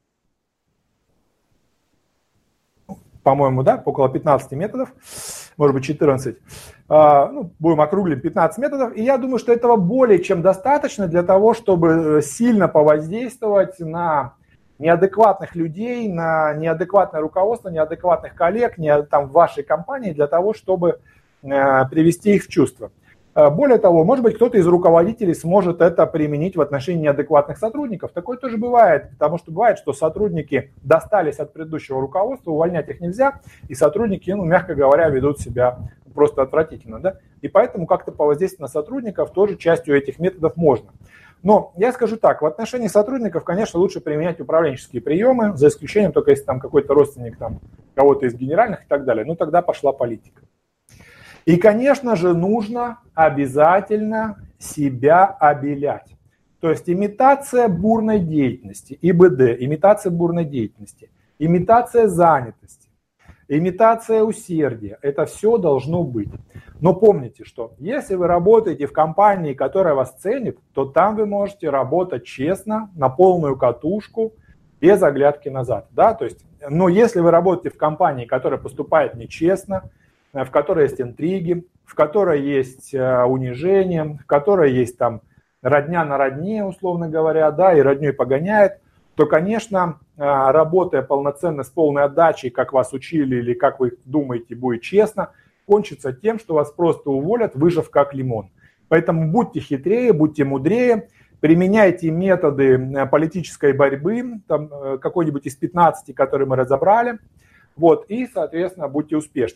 По-моему, да, около пятнадцати методов, может быть, четырнадцать. А, ну, будем округлить пятнадцать методов. И я думаю, что этого более чем достаточно для того, чтобы сильно повоздействовать на неадекватных людей, на неадекватное руководство, неадекватных коллег, не, там, в вашей компании, для того, чтобы э, привести их в чувство. Более того, может быть, кто-то из руководителей сможет это применить в отношении неадекватных сотрудников. Такое тоже бывает, потому что бывает, что сотрудники достались от предыдущего руководства, увольнять их нельзя, и сотрудники, ну, мягко говоря, ведут себя просто отвратительно. Да? И поэтому как-то повоздействовать на сотрудников тоже частью этих методов можно. Но я скажу так, в отношении сотрудников, конечно, лучше применять управленческие приемы, за исключением только если там какой-то родственник там, кого-то из генеральных и так далее. Ну, тогда пошла политика. И, конечно же, нужно обязательно себя обелять. То есть имитация бурной деятельности, И Бэ Дэ, имитация бурной деятельности, имитация занятости, имитация усердия. Это все должно быть. Но помните, что если вы работаете в компании, которая вас ценит, то там вы можете работать честно, на полную катушку, без оглядки назад. Да? То есть, но если вы работаете в компании, которая поступает нечестно, в которой есть интриги, в которой есть унижение, в которой есть там родня на родне, условно говоря, да, и родней погоняет, то, конечно, работая полноценно с полной отдачей, как вас учили или как вы думаете будет честно, кончится тем, что вас просто уволят, выжав как лимон. Поэтому будьте хитрее, будьте мудрее, применяйте методы политической борьбы, там, какой-нибудь из пятнадцати, которые мы разобрали, вот, и, соответственно, будьте успешны.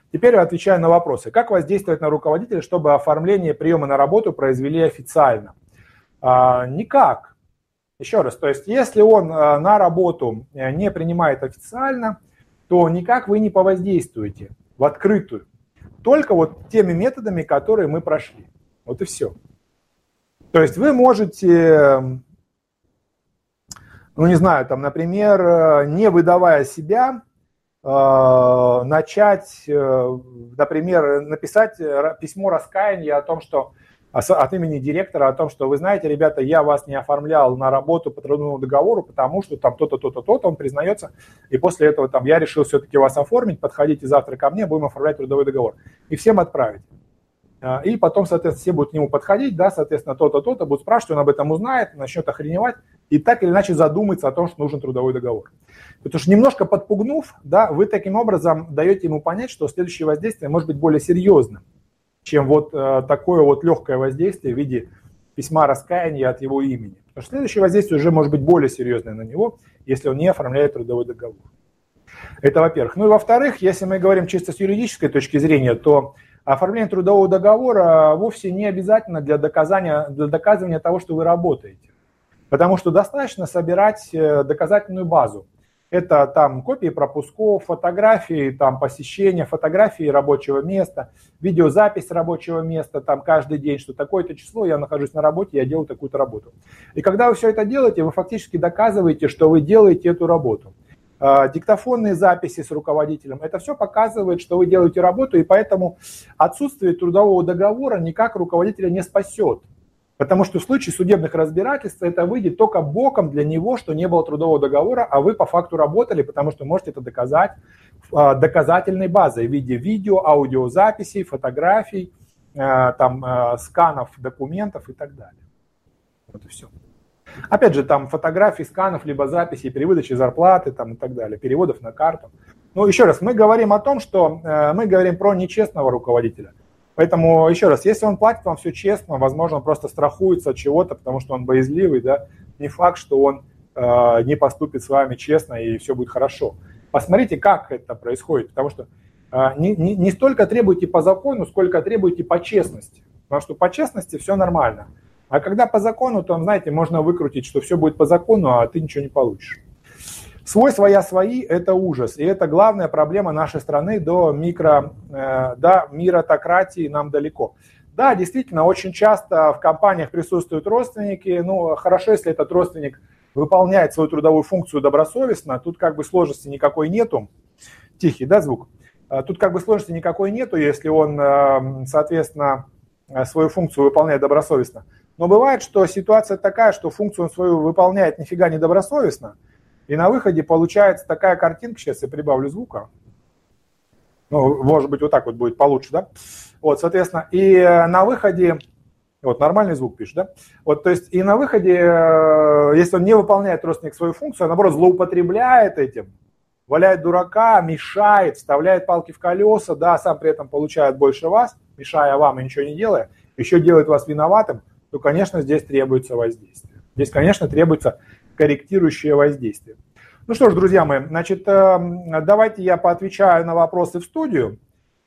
Теперь я отвечаю на вопросы. Как воздействовать на руководителя, чтобы оформление приема на работу произвели официально? А, никак. Еще раз, то есть если он на работу не принимает официально, то никак вы не повоздействуете в открытую. Только вот теми методами, которые мы прошли. Вот и все. То есть вы можете, ну не знаю, там, например, не выдавая себя, начать, например, написать письмо раскаяния о том, что от имени директора, о том, что вы знаете, ребята, я вас не оформлял на работу по трудовому договору, потому что там то-то, то-то, то-то, он признается, и после этого там я решил все-таки вас оформить, подходите завтра ко мне, будем оформлять трудовой договор. И всем отправить. И потом, соответственно, все будут к нему подходить, да, соответственно, то-то, то-то, будут спрашивать, он об этом узнает, начнет охреневать, и так или иначе задумается о том, что нужен трудовой договор. Потому что немножко подпугнув, да, вы таким образом даете ему понять, что следующее воздействие может быть более серьезным, чем вот э, такое вот легкое воздействие в виде письма раскаяния от его имени. Потому что следующее воздействие уже может быть более серьезное на него, если он не оформляет трудовой договор. Это во-первых. Ну и во-вторых, если мы говорим чисто с юридической точки зрения, то оформление трудового договора вовсе не обязательно для доказания, для доказывания того, что вы работаете. Потому что достаточно собирать доказательную базу. Это там копии пропусков, фотографии там, посещения, фотографии рабочего места, видеозапись рабочего места там, каждый день, что такое-то число, я нахожусь на работе, я делаю такую-то работу. И когда вы все это делаете, вы фактически доказываете, что вы делаете эту работу. Диктофонные записи с руководителем, это все показывает, что вы делаете работу, и поэтому отсутствие трудового договора никак руководителя не спасет. Потому что в случае судебных разбирательств это выйдет только боком для него, что не было трудового договора, а вы по факту работали, потому что можете это доказать доказательной базой в виде видео, аудиозаписей, фотографий, там, сканов документов и так далее. Вот и все. Опять же, там фотографии, сканов, либо записей при выдаче зарплаты там, и так далее, переводов на карту. Ну, еще раз, мы говорим о том, что мы говорим про нечестного руководителя. Поэтому, еще раз, если он платит вам все честно, возможно, он просто страхуется от чего-то, потому что он боязливый, да, не факт, что он э, не поступит с вами честно и все будет хорошо. Посмотрите, как это происходит, потому что э, не, не, не столько требуйте по закону, сколько требуйте по честности, потому что по честности все нормально. А когда по закону, то, знаете, можно выкрутить, что все будет по закону, а ты ничего не получишь. Свой, своя, свои – это ужас. И это главная проблема нашей страны до, микро, э, до миротократии нам далеко. Да, действительно, очень часто в компаниях присутствуют родственники. Ну, хорошо, если этот родственник выполняет свою трудовую функцию добросовестно. Тут как бы сложности никакой нету. Тихий, да, звук? Тут как бы сложности никакой нету, если он, соответственно, свою функцию выполняет добросовестно. Но бывает, что ситуация такая, что функцию он свою выполняет нифига не добросовестно. И на выходе получается такая картинка, сейчас я прибавлю звука, ну, может быть, вот так вот будет получше, да? Вот, соответственно, и на выходе, вот, нормальный звук пишет, да? Вот, то есть, и на выходе, если он не выполняет родственник свою функцию, а наоборот, злоупотребляет этим, валяет дурака, мешает, вставляет палки в колеса, да, сам при этом получает больше вас, мешая вам и ничего не делая, еще делает вас виноватым, то, конечно, здесь требуется воздействие. Здесь, конечно, требуется корректирующее воздействие. Ну что ж, друзья мои, значит, давайте я поотвечаю на вопросы в студию.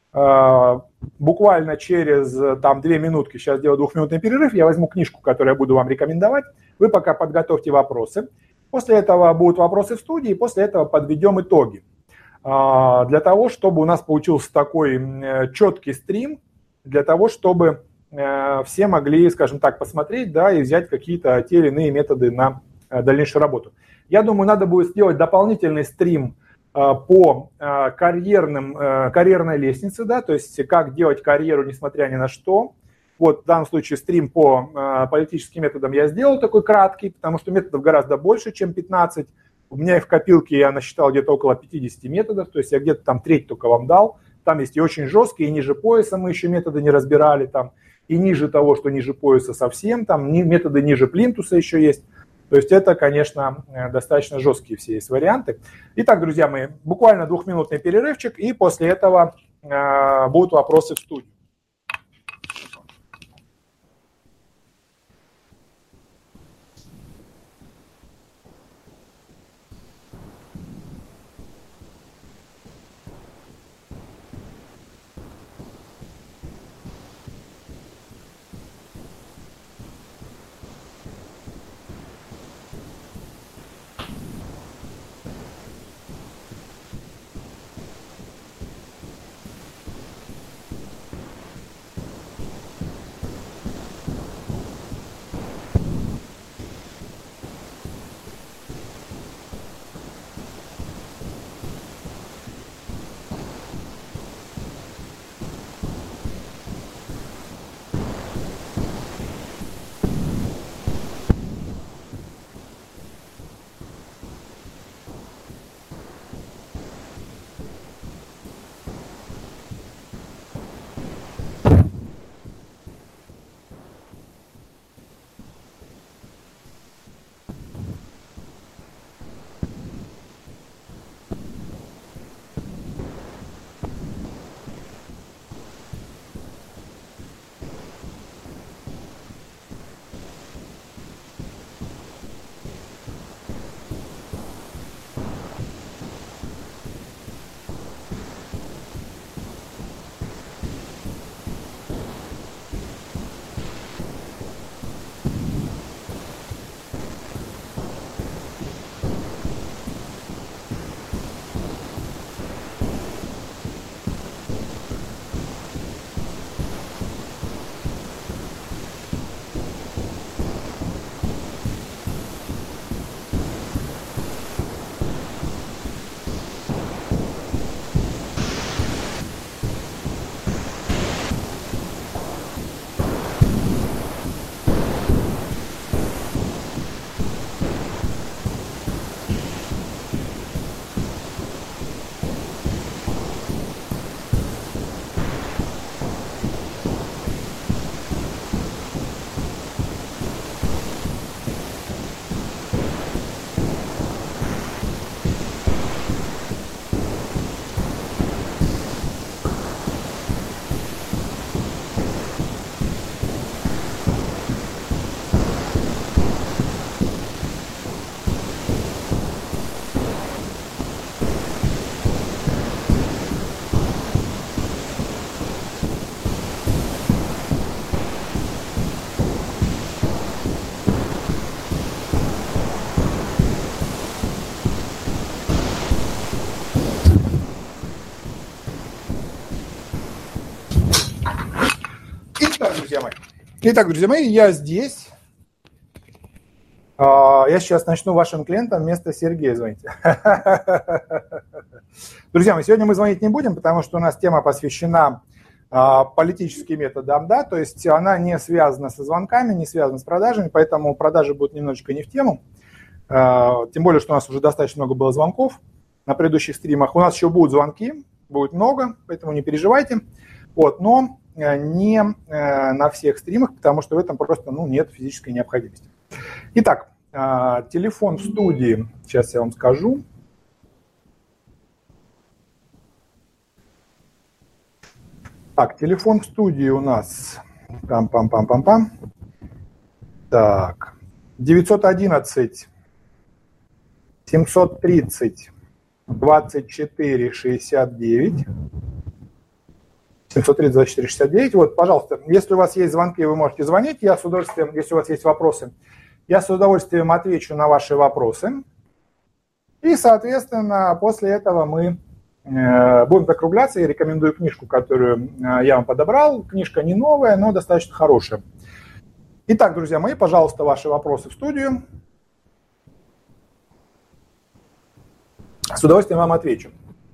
Буквально через там, две минутки, сейчас делаю двухминутный перерыв, я возьму книжку, которую я буду вам рекомендовать. Вы пока подготовьте вопросы. После этого будут вопросы в студии, после этого подведем итоги. Для того, чтобы у нас получился такой четкий стрим, для того, чтобы все могли, скажем так, посмотреть, да, и взять какие-то те или иные методы на дальнейшую работу. Я думаю, надо будет сделать дополнительный стрим по карьерным, карьерной лестнице, да, то есть как делать карьеру, несмотря ни на что. Вот в данном случае стрим по политическим методам я сделал такой краткий, потому что методов гораздо больше, чем пятнадцать. У меня и в копилке я насчитал где-то около пятьдесят методов, то есть я где-то там треть только вам дал. Там есть и очень жесткие, и ниже пояса мы еще методы не разбирали, там, и ниже того, что ниже пояса совсем, там методы ниже плинтуса еще есть. То есть это, конечно, достаточно жесткие все есть варианты. Итак, друзья мои, буквально двухминутный перерывчик, и после этого э, будут вопросы в студию. друзья мои. Итак, друзья мои, я здесь. Я сейчас начну вашим клиентам вместо Сергея звонить. Друзья мои, сегодня мы звонить не будем, потому что у нас тема посвящена политическим методам, да, то есть она не связана со звонками, не связана с продажами, поэтому продажи будут немножечко не в тему. Тем более, что у нас уже достаточно много было звонков на предыдущих стримах. У нас еще будут звонки, будет много, поэтому не переживайте. Вот, но не на всех стримах, потому что в этом просто ну, нет физической необходимости. Итак, телефон в студии, сейчас я вам скажу. Так, телефон в студии у нас, пам-пам-пам-пам-пам. Так, девятьсот одиннадцать семьсот тридцать двадцать четыре шестьдесят девять. семьсот тридцать двадцать четыре шестьдесят девять. Вот, пожалуйста, если у вас есть звонки, вы можете звонить. Я с удовольствием, если у вас есть вопросы, я с удовольствием отвечу на ваши вопросы. И, соответственно, после этого мы э, будем закругляться. Я рекомендую книжку, которую э, я вам подобрал. Книжка не новая, но достаточно хорошая. Итак, друзья мои, пожалуйста, ваши вопросы в студию. С удовольствием вам отвечу.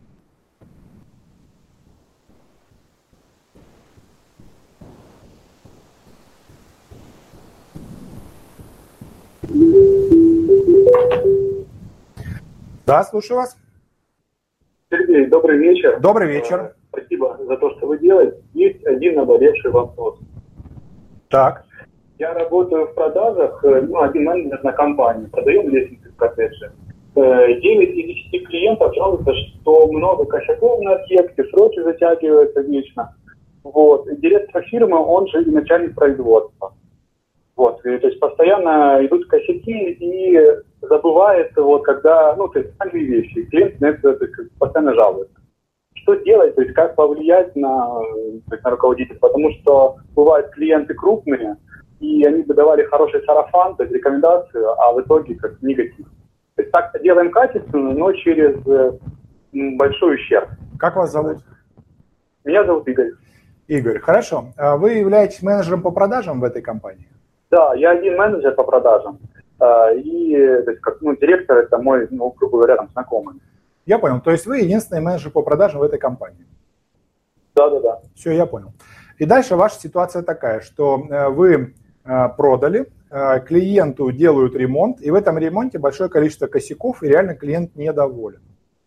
Да, слушаю вас. Сергей, добрый вечер. Добрый вечер. Спасибо за то, что вы делаете. Есть один наболевший вопрос. Так. Я работаю в продажах, ну, один менеджер на компании. Продаем лестницы в коттедже. девять из десяти клиентов жалуются, что много косяков на объекте, сроки затягиваются вечно. Вот. Директор фирмы, он же и начальник производства. Вот. И, то есть постоянно идут косяки и забывается, вот, когда, ну, то есть, разные вещи. Клиент на это постоянно жалуется. Что делать, то есть, как повлиять на, то есть, на руководителя? Потому что бывают клиенты крупные, и они бы давали хороший сарафан, то есть, рекомендацию, а в итоге как негатив. То есть, так делаем качественно, но через большой ущерб. Как вас зовут? Меня зовут Игорь. Игорь, хорошо. Вы являетесь менеджером по продажам в этой компании? Да, я один менеджер по продажам. И то есть, как, ну, директор это мой, ну, грубо говоря, там, знакомый. Я понял. То есть вы единственный менеджер по продажам в этой компании? Да, да, да. Все, я понял. И дальше ваша ситуация такая, что вы продали, клиенту делают ремонт, и в этом ремонте большое количество косяков, и реально клиент недоволен.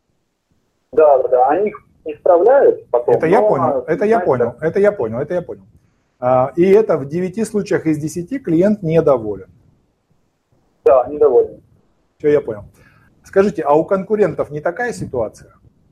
Да, да, да. Они их исправляют потом. Это я понял, это я понял, это я понял, это я понял. И это в девяти случаях из десяти клиент недоволен. Да, недоволен. Все, я понял. Скажите, а у конкурентов не такая ситуация?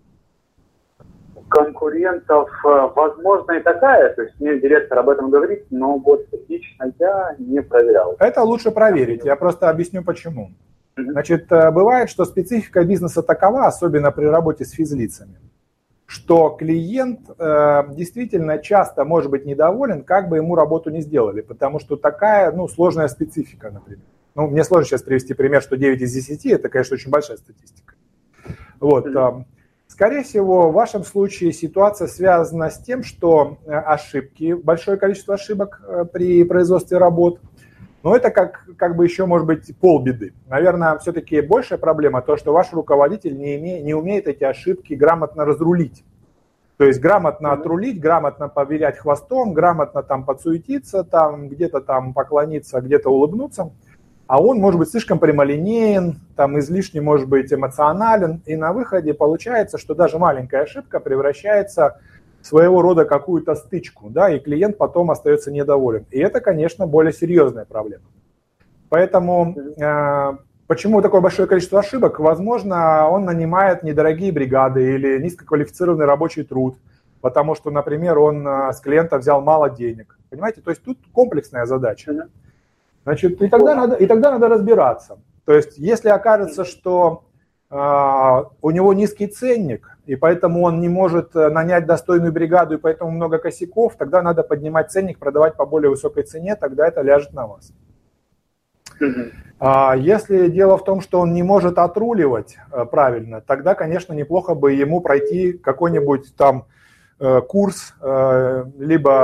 У конкурентов, возможно, и такая. То есть мне директор об этом говорит, но вот лично я не проверял. Это лучше проверить. Я просто объясню, почему. Значит, бывает, что специфика бизнеса такова, особенно при работе с физлицами, что клиент э, действительно часто может быть недоволен, как бы ему работу не сделали, потому что такая, ну, сложная специфика, например. Ну, мне сложно сейчас привести пример, что девять из десяти, это, конечно, очень большая статистика. Вот. Э, скорее всего, в вашем случае ситуация связана с тем, что ошибки, большое количество ошибок э, при производстве работ, но это как, как бы еще может быть полбеды. Наверное, все-таки большая проблема то, что ваш руководитель не, име, не умеет эти ошибки грамотно разрулить. То есть грамотно отрулить, грамотно повилять хвостом, грамотно там подсуетиться, там где-то там поклониться, где-то улыбнуться. А он может быть слишком прямолинеен, там излишне может быть эмоционален. И на выходе получается, что даже маленькая ошибка превращается своего рода какую-то стычку, да, и клиент потом остается недоволен. И это, конечно, более серьезная проблема. Поэтому э, почему такое большое количество ошибок? Возможно, он нанимает недорогие бригады или низкоквалифицированный рабочий труд, потому что, например, он э, с клиента взял мало денег. Понимаете, то есть тут комплексная задача. Значит, и тогда надо, и тогда надо разбираться. То есть, если окажется, что э, у него низкий ценник, и поэтому он не может нанять достойную бригаду, и поэтому много косяков, тогда надо поднимать ценник, продавать по более высокой цене, тогда это ляжет на вас. Mm-hmm. А если дело в том, что он не может отруливать правильно, тогда, конечно, неплохо бы ему пройти какой-нибудь там курс, либо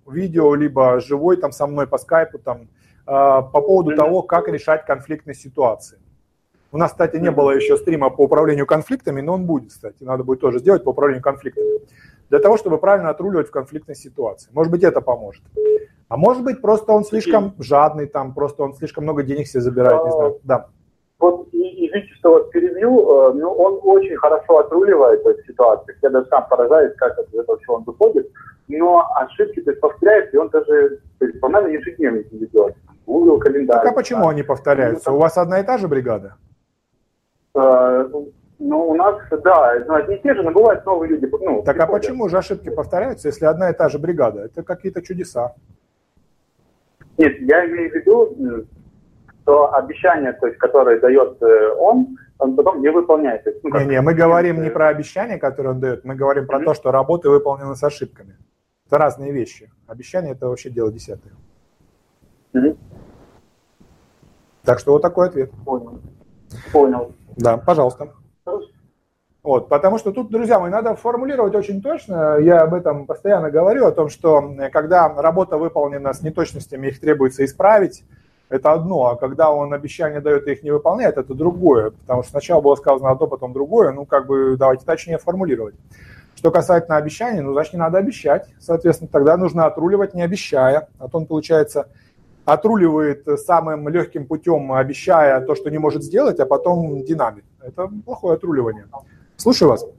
видео, либо живой там со мной по скайпу там, по поводу того, как решать конфликтные ситуации. У нас, кстати, не было еще стрима по управлению конфликтами, но он будет, кстати. Надо будет тоже сделать по управлению конфликтами. Для того, чтобы правильно отруливать в конфликтной ситуации. Может быть, это поможет. А может быть, просто он слишком жадный, там, просто он слишком много денег себе забирает, не знаю. Да. Вот, и, и видите, что вот перебью, ну, он очень хорошо отруливает в ситуации. Я даже сам поражаюсь, как из этого всего он выходит. Но ошибки, то есть, повторяются, и он даже, то есть, по-моему, ежедневник не ведет. Google календарь. Так а почему они повторяются? У вас одна и та же бригада? Э, ну, у нас, да, ну, одни и те же, но бывают новые люди. Ну, так приходят. А почему же ошибки повторяются, если одна и та же бригада? Это какие-то чудеса. Нет, я имею в виду, что обещания, то есть, которые дает он, он потом не выполняет. Есть, ну, Не-не, мы говорим не про обещания, которые он дает, мы говорим про mm-hmm. то, что работы выполнены с ошибками. Это разные вещи. Обещания – это вообще дело десятое. Mm-hmm. Так что вот такой ответ. Понял. Понял. Да, пожалуйста. Хорошо. Вот, потому что тут, друзья мои, надо формулировать очень точно. Я об этом постоянно говорю, о том, что когда работа выполнена с неточностями, их требуется исправить, это одно, а когда он обещания дает и их не выполняет, это другое. Потому что сначала было сказано одно, потом другое. Ну, как бы, давайте точнее формулировать. Что касательно обещаний, ну, значит, не надо обещать. Соответственно, тогда нужно отруливать, не обещая. А то он, получается, отруливает самым легким путем, обещая то, что не может сделать, а потом динамит. Это плохое отруливание. Слушаю вас.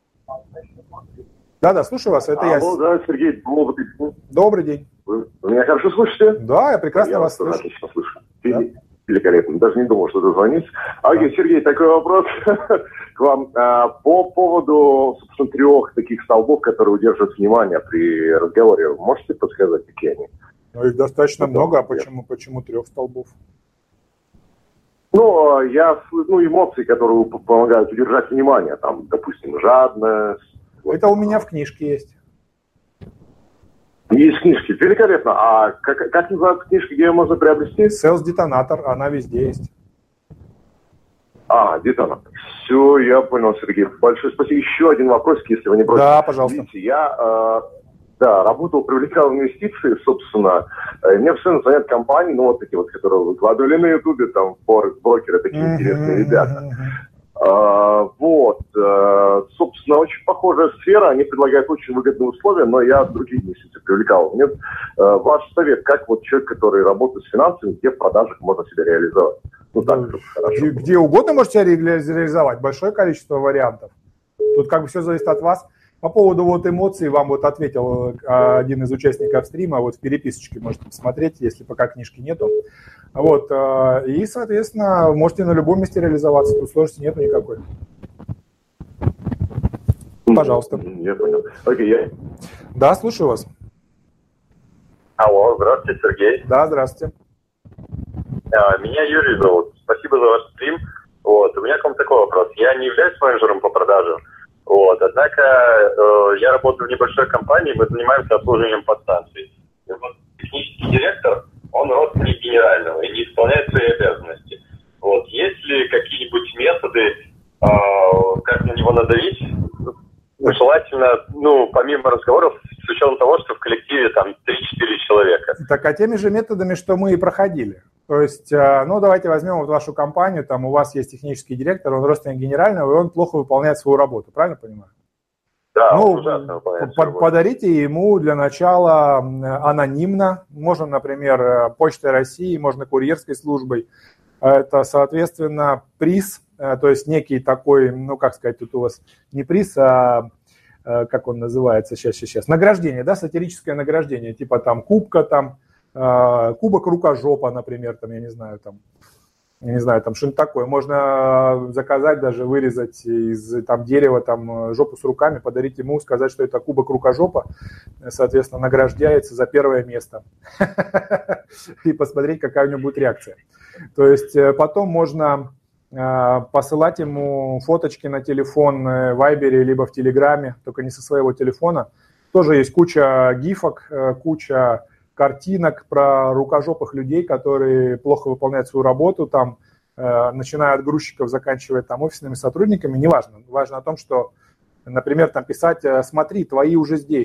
Да-да, слушаю вас. Это Алло, я. Да, Сергей, добрый день. Добрый день. Вы меня хорошо слышите? Да, я прекрасно я вас слышу. слышу. Отлично слышу. Да. Великолепно. Даже не думал, что дозвонить. Окей, да. Сергей, такой вопрос к вам. По поводу, собственно, трех таких столбов, которые удерживают внимание при разговоре. Можете подсказать, какие они? Ну, их достаточно Потом, много. А почему, почему трех столбов? Ну, я, ну, эмоции, которые помогают удержать внимание. Там, допустим, жадность. Это вот. У меня в книжке есть. Есть книжки. Великолепно. А как, как называется книжка, где ее можно приобрести? Sales Detonator. Она везде есть. А, детонатор. Все, я понял, Сергей. Большое спасибо. Еще один вопрос, если вы не против. Да, пожалуйста. Видите, я э, да, работал, привлекал инвестиции, собственно. Э, мне постоянно звонят компании, ну, вот такие вот, которые выкладывали на Ютубе, там, форекс-брокеры, такие mm-hmm, интересные ребята. Mm-hmm. Э, вот. Э, собственно, очень похожая сфера. Они предлагают очень выгодные условия, но я другие инвестиции привлекал. Нет, э, ваш совет, как вот человек, который работает с финансами, где в продажах можно себя реализовать? Ну, так, где, где угодно можете реализовать, большое количество вариантов. Тут как бы все зависит от вас. По поводу вот эмоций вам вот ответил один из участников стрима, вот в переписочке можете посмотреть, если пока книжки нету. Вот, и, соответственно, можете на любом месте реализоваться, тут сложности нету никакой. Пожалуйста. Я понял. Окей, я... Да, слушаю вас. Алло, здравствуйте, Сергей. Да, здравствуйте. Меня Юрий зовут. Спасибо за ваш стрим. Вот. У меня к вам такой вопрос. Я не являюсь менеджером по продажам. Вот. Однако э, я работаю в небольшой компании, мы занимаемся обслуживанием подстанций. И вот технический директор, он родственник генерального и не исполняет свои обязанности. Вот. Есть ли какие-нибудь методы, э, как на него надавить? Желательно, ну, помимо разговоров, с учетом того, что в коллективе там три-четыре человека. Так, а теми же методами, что мы и проходили. То есть, ну, давайте возьмем вот вашу компанию, там у вас есть технический директор, он родственник генерального, и он плохо выполняет свою работу, правильно понимаю? Да, ну, он ужасно выполняет под, подарите ему для начала анонимно, можно, например, Почтой России, можно курьерской службой. Это, соответственно, приз, то есть некий такой, ну, как сказать, тут у вас не приз, а как он называется, сейчас, сейчас, сейчас, награждение, да, сатирическое награждение, типа там кубка, там, кубок рукожопа, например, там, я не знаю, там, я не знаю, там что-нибудь такое. Можно заказать, даже вырезать из там, дерева там, жопу с руками, подарить ему, сказать, что это кубок рукожопа, соответственно, награждается за первое место. И посмотреть, какая у него будет реакция. То есть потом можно посылать ему фоточки на телефон в Вайбере либо в Телеграме, только не со своего телефона. Тоже есть куча гифок, куча картинок про рукожопых людей, которые плохо выполняют свою работу, там, э, начиная от грузчиков, заканчивая там офисными сотрудниками, неважно. Важно о том, что, например, там писать, смотри, твои уже здесь.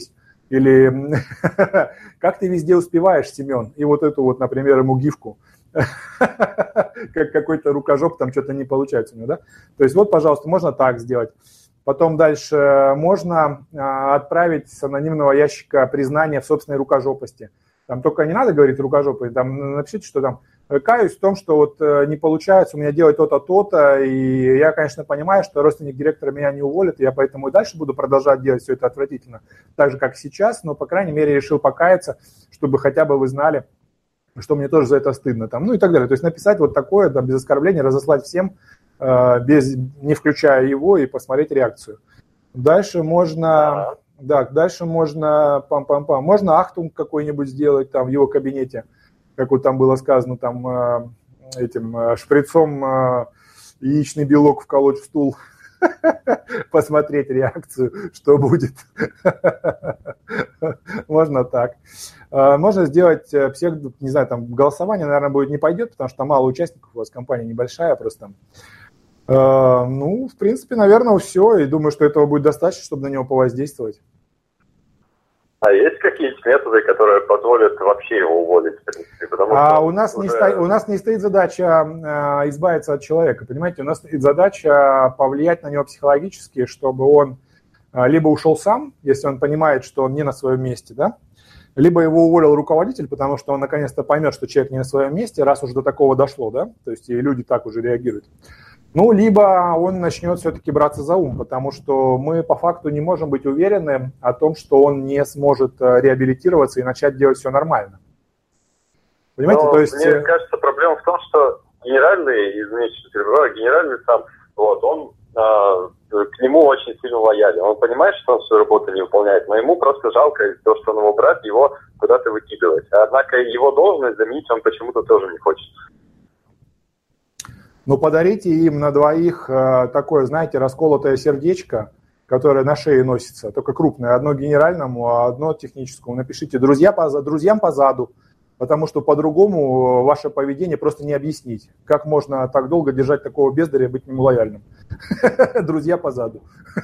Или как ты везде успеваешь, Семен? И вот эту вот, например, ему гифку. Как какой-то рукожоп, там что-то не получается у него, да? То есть вот, пожалуйста, можно так сделать. Потом дальше можно отправить с анонимного ящика признание в собственной рукожопости. Там только не надо говорить рукожопой, там напишите, что там каюсь в том, что вот не получается у меня делать то-то, то-то, и я, конечно, понимаю, что родственник директора меня не уволит, я поэтому и дальше буду продолжать делать все это отвратительно, так же, как сейчас, но, по крайней мере, решил покаяться, чтобы хотя бы вы знали, что мне тоже за это стыдно, там, ну и так далее. То есть написать вот такое, да, без оскорбления, разослать всем, э, без, не включая его, и посмотреть реакцию. Дальше можно, да, дальше можно, пам-пам-пам, можно ахтунг какой-нибудь сделать там в его кабинете, как вот там было сказано, там э, этим э, шприцом э, яичный белок вколоть в стул, посмотреть реакцию, что будет. Можно так. Можно сделать псевдо, не знаю, там голосование, наверное, будет не пойдет, потому что мало участников, у вас компания небольшая просто. Ну, в принципе, наверное, все. И думаю, что этого будет достаточно, чтобы на него повоздействовать. А есть какие-то методы, которые позволят вообще его уволить, в принципе? Потому что а у нас, уже... не сто... у нас не стоит задача э, избавиться от человека, понимаете? У нас стоит задача повлиять на него психологически, чтобы он э, либо ушел сам, если он понимает, что он не на своем месте, да? Либо его уволил руководитель, потому что он наконец-то поймет, что человек не на своем месте, раз уже до такого дошло, да? То есть и люди так уже реагируют. Ну, либо он начнет все-таки браться за ум, потому что мы по факту не можем быть уверены о том, что он не сможет реабилитироваться и начать делать все нормально. Понимаете, но то есть... Мне кажется, проблема в том, что генеральный, извините, что перебиваю, генеральный сам, вот, он э, к нему очень сильно лоялен. Он понимает, что он свою работу не выполняет, но ему просто жалко то, что он его брат, его куда-то выкидывать. Однако его должность заменить он почему-то тоже не хочет. Ну, подарите им на двоих э, такое, знаете, расколотое сердечко, которое на шее носится, только крупное. Одно генеральному, а одно техническому. Напишите «друзья по, друзьям по заду», потому что по-другому ваше поведение просто не объяснить. Как можно так долго держать такого бездаря и быть к нему лояльным? Друзья по заду.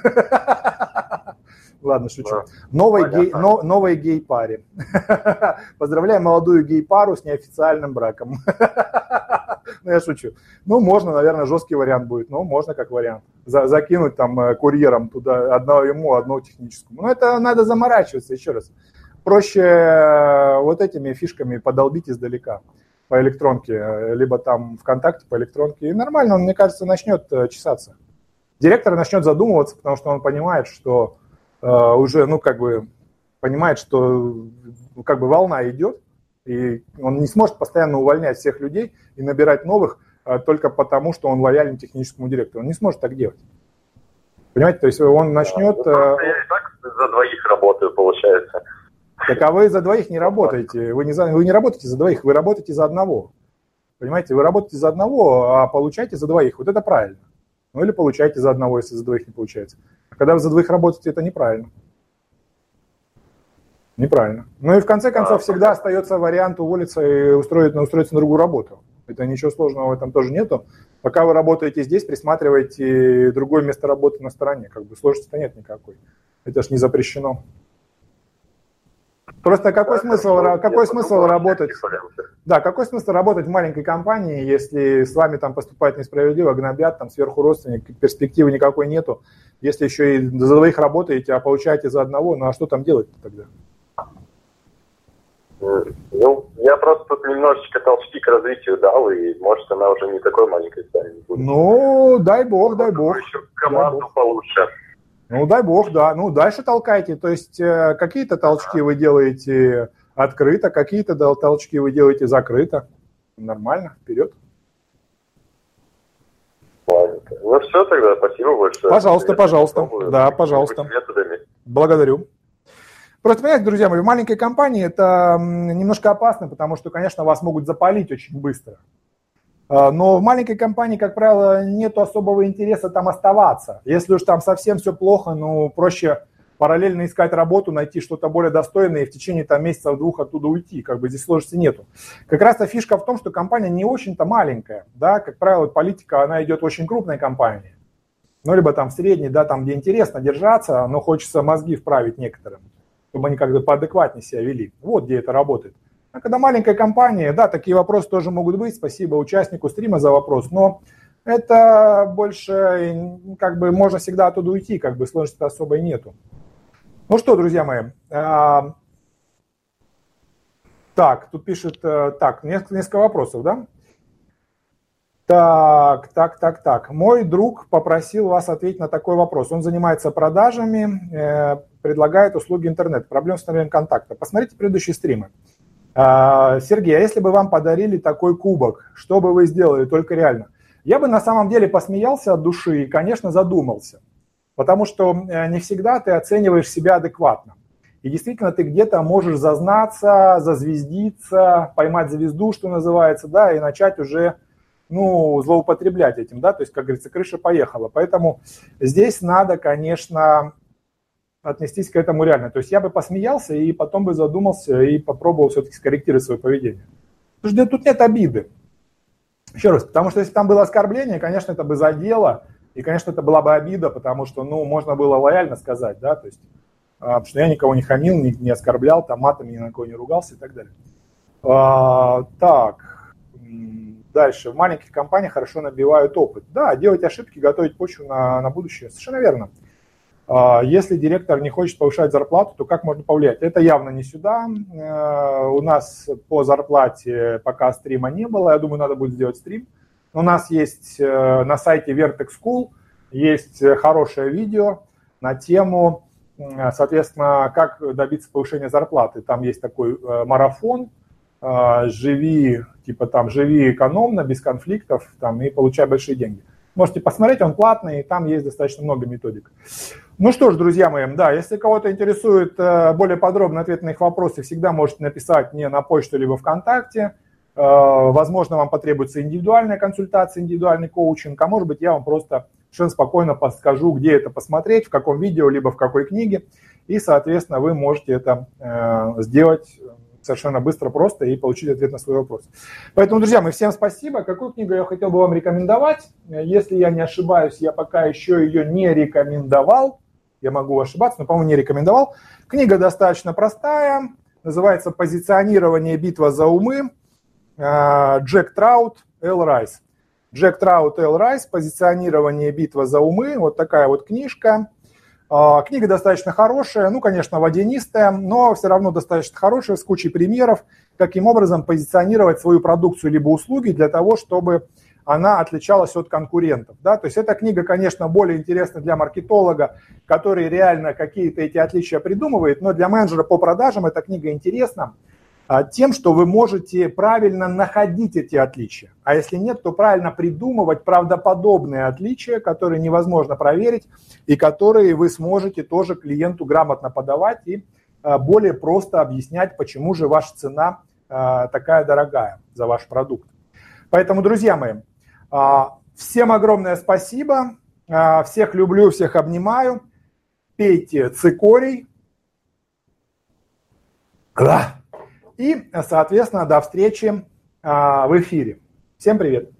Ладно, шучу. Новой, гей, но, новой гей-паре. Поздравляем молодую гей-пару с неофициальным браком. Ну, я шучу. Ну, можно, наверное, жесткий вариант будет, но можно как вариант. За, закинуть там курьером туда одного ему, одного техническому. Но это надо заморачиваться, еще раз. Проще вот этими фишками подолбить издалека по электронке, либо там ВКонтакте по электронке. И нормально, он, мне кажется, начнет чесаться. Директор начнет задумываться, потому что он понимает, что э, уже, ну, как бы, понимает, что ну, как бы волна идет, и он не сможет постоянно увольнять всех людей и набирать новых а, только потому, что он лоялен техническому директору. Он не сможет так делать. Понимаете, то есть он начнет... Да, я и так за двоих работаю, получается. Так а вы за двоих не работаете. Вы не, за, вы не работаете за двоих, вы работаете за одного. Понимаете, вы работаете за одного, а получаете за двоих. Вот это правильно. Ну или получаете за одного, если за двоих не получается. А когда вы за двоих работаете, это неправильно. Неправильно. Ну и в конце концов а, всегда остается вариант уволиться и устроить, устроиться на другую работу. Это ничего сложного в этом тоже нету. Пока вы работаете здесь, присматривайте другое место работы на стороне. Как бы сложности-то нет никакой. Это ж не запрещено. Просто какой да, смысл, хорошо, какой смысл работать? Да, какой смысл работать в маленькой компании, если с вами там поступают несправедливо, гнобят, там сверху родственник, перспективы никакой нету. Если еще и за двоих работаете, а получаете за одного, ну а что там делать тогда? Ну, я просто тут немножечко толчки к развитию дал, и может она уже не такой маленькой станет. Ну, дай бог, дай бог. Еще команду дай бог. Получше. Ну, дай бог, да. Ну, дальше толкайте. То есть э, какие-то толчки вы делаете открыто, какие-то толчки вы делаете закрыто. Нормально, вперед. Ладно. Ну, все тогда, спасибо большое. Пожалуйста, я пожалуйста. Да, пожалуйста. Благодарю. Просто, понимаете, друзья мои, в маленькой компании это немножко опасно, потому что, конечно, вас могут запалить очень быстро. Но в маленькой компании, как правило, нет особого интереса там оставаться. Если уж там совсем все плохо, ну, проще параллельно искать работу, найти что-то более достойное и в течение там месяцев-двух оттуда уйти. Как бы здесь сложности нету. Как раз-то фишка в том, что компания не очень-то маленькая. Да? Как правило, политика, она идет в очень крупной компании. Ну, либо там в средней, да, там, где интересно держаться, но хочется мозги вправить некоторым. чтобы они как-то поадекватнее себя вели. Вот где это работает. А когда маленькая компания, да, такие вопросы тоже могут быть. Спасибо участнику стрима за вопрос, но это больше, как бы, можно всегда оттуда уйти, как бы сложности особой нету. Ну что, друзья мои, а, так, тут пишет, так, несколько, несколько вопросов, да? Так, так, так, так. Мой друг попросил вас ответить на такой вопрос. Он занимается продажами, э, предлагает услуги интернет. Проблем с установлением контакта. Посмотрите предыдущие стримы. Э, Сергей, а если бы вам подарили такой кубок, что бы вы сделали, только реально? Я бы на самом деле посмеялся от души и, конечно, задумался. Потому что не всегда ты оцениваешь себя адекватно. И действительно ты где-то можешь зазнаться, зазвездиться, поймать звезду, что называется, да, и начать уже, ну, злоупотреблять этим, да, то есть, как говорится, крыша поехала. Поэтому здесь надо, конечно, отнестись к этому реально. То есть я бы посмеялся и потом бы задумался и попробовал все-таки скорректировать свое поведение. Потому что тут нет обиды. Еще раз, потому что если там было оскорбление, конечно, это бы задело, и, конечно, это была бы обида, потому что, ну, можно было лояльно сказать, да, то есть, потому что я никого не хамил, не, не оскорблял, там матами ни на кого не ругался и так далее. А, так, дальше. В маленьких компаниях хорошо набивают опыт. Да, делать ошибки, готовить почву на, на будущее. Совершенно верно. А, если директор не хочет повышать зарплату, то как можно повлиять? Это явно не сюда. А, у нас по зарплате пока стрима не было. Я думаю, надо будет сделать стрим. У нас есть а, на сайте Vertex School есть хорошее видео на тему, соответственно, как добиться повышения зарплаты. Там есть такой а, марафон. Живи, типа там, живи экономно, без конфликтов, там, и получай большие деньги. Можете посмотреть, он платный, и там есть достаточно много методик. Ну что ж, друзья мои, да, если кого-то интересует более подробный ответ на их вопросы, всегда можете написать мне на почту либо ВКонтакте. Возможно, вам потребуется индивидуальная консультация, индивидуальный коучинг, а может быть, я вам просто совершенно спокойно подскажу, где это посмотреть, в каком видео, либо в какой книге, и, соответственно, вы можете это сделать совершенно быстро, просто и получить ответ на свой вопрос. Поэтому, друзья мои, всем спасибо. Какую книгу я хотел бы вам рекомендовать? Если я не ошибаюсь, я пока еще ее не рекомендовал. Я могу ошибаться, но, по-моему, не рекомендовал. Книга достаточно простая. Называется «Позиционирование. Битва за умы». Джек Траут, Эл Райс. Джек Траут, Эл Райс. «Позиционирование. Битва за умы». Вот такая вот книжка. Книга достаточно хорошая, ну, конечно, водянистая, но все равно достаточно хорошая, с кучей примеров, каким образом позиционировать свою продукцию либо услуги для того, чтобы она отличалась от конкурентов. Да? То есть эта книга, конечно, более интересна для маркетолога, который реально какие-то эти отличия придумывает, но для менеджера по продажам эта книга интересна тем, что вы можете правильно находить эти отличия. А если нет, то правильно придумывать правдоподобные отличия, которые невозможно проверить и которые вы сможете тоже клиенту грамотно подавать и более просто объяснять, почему же ваша цена такая дорогая за ваш продукт. Поэтому, друзья мои, всем огромное спасибо. Всех люблю, всех обнимаю. Пейте цикорий. И, соответственно, до встречи в эфире. Всем привет!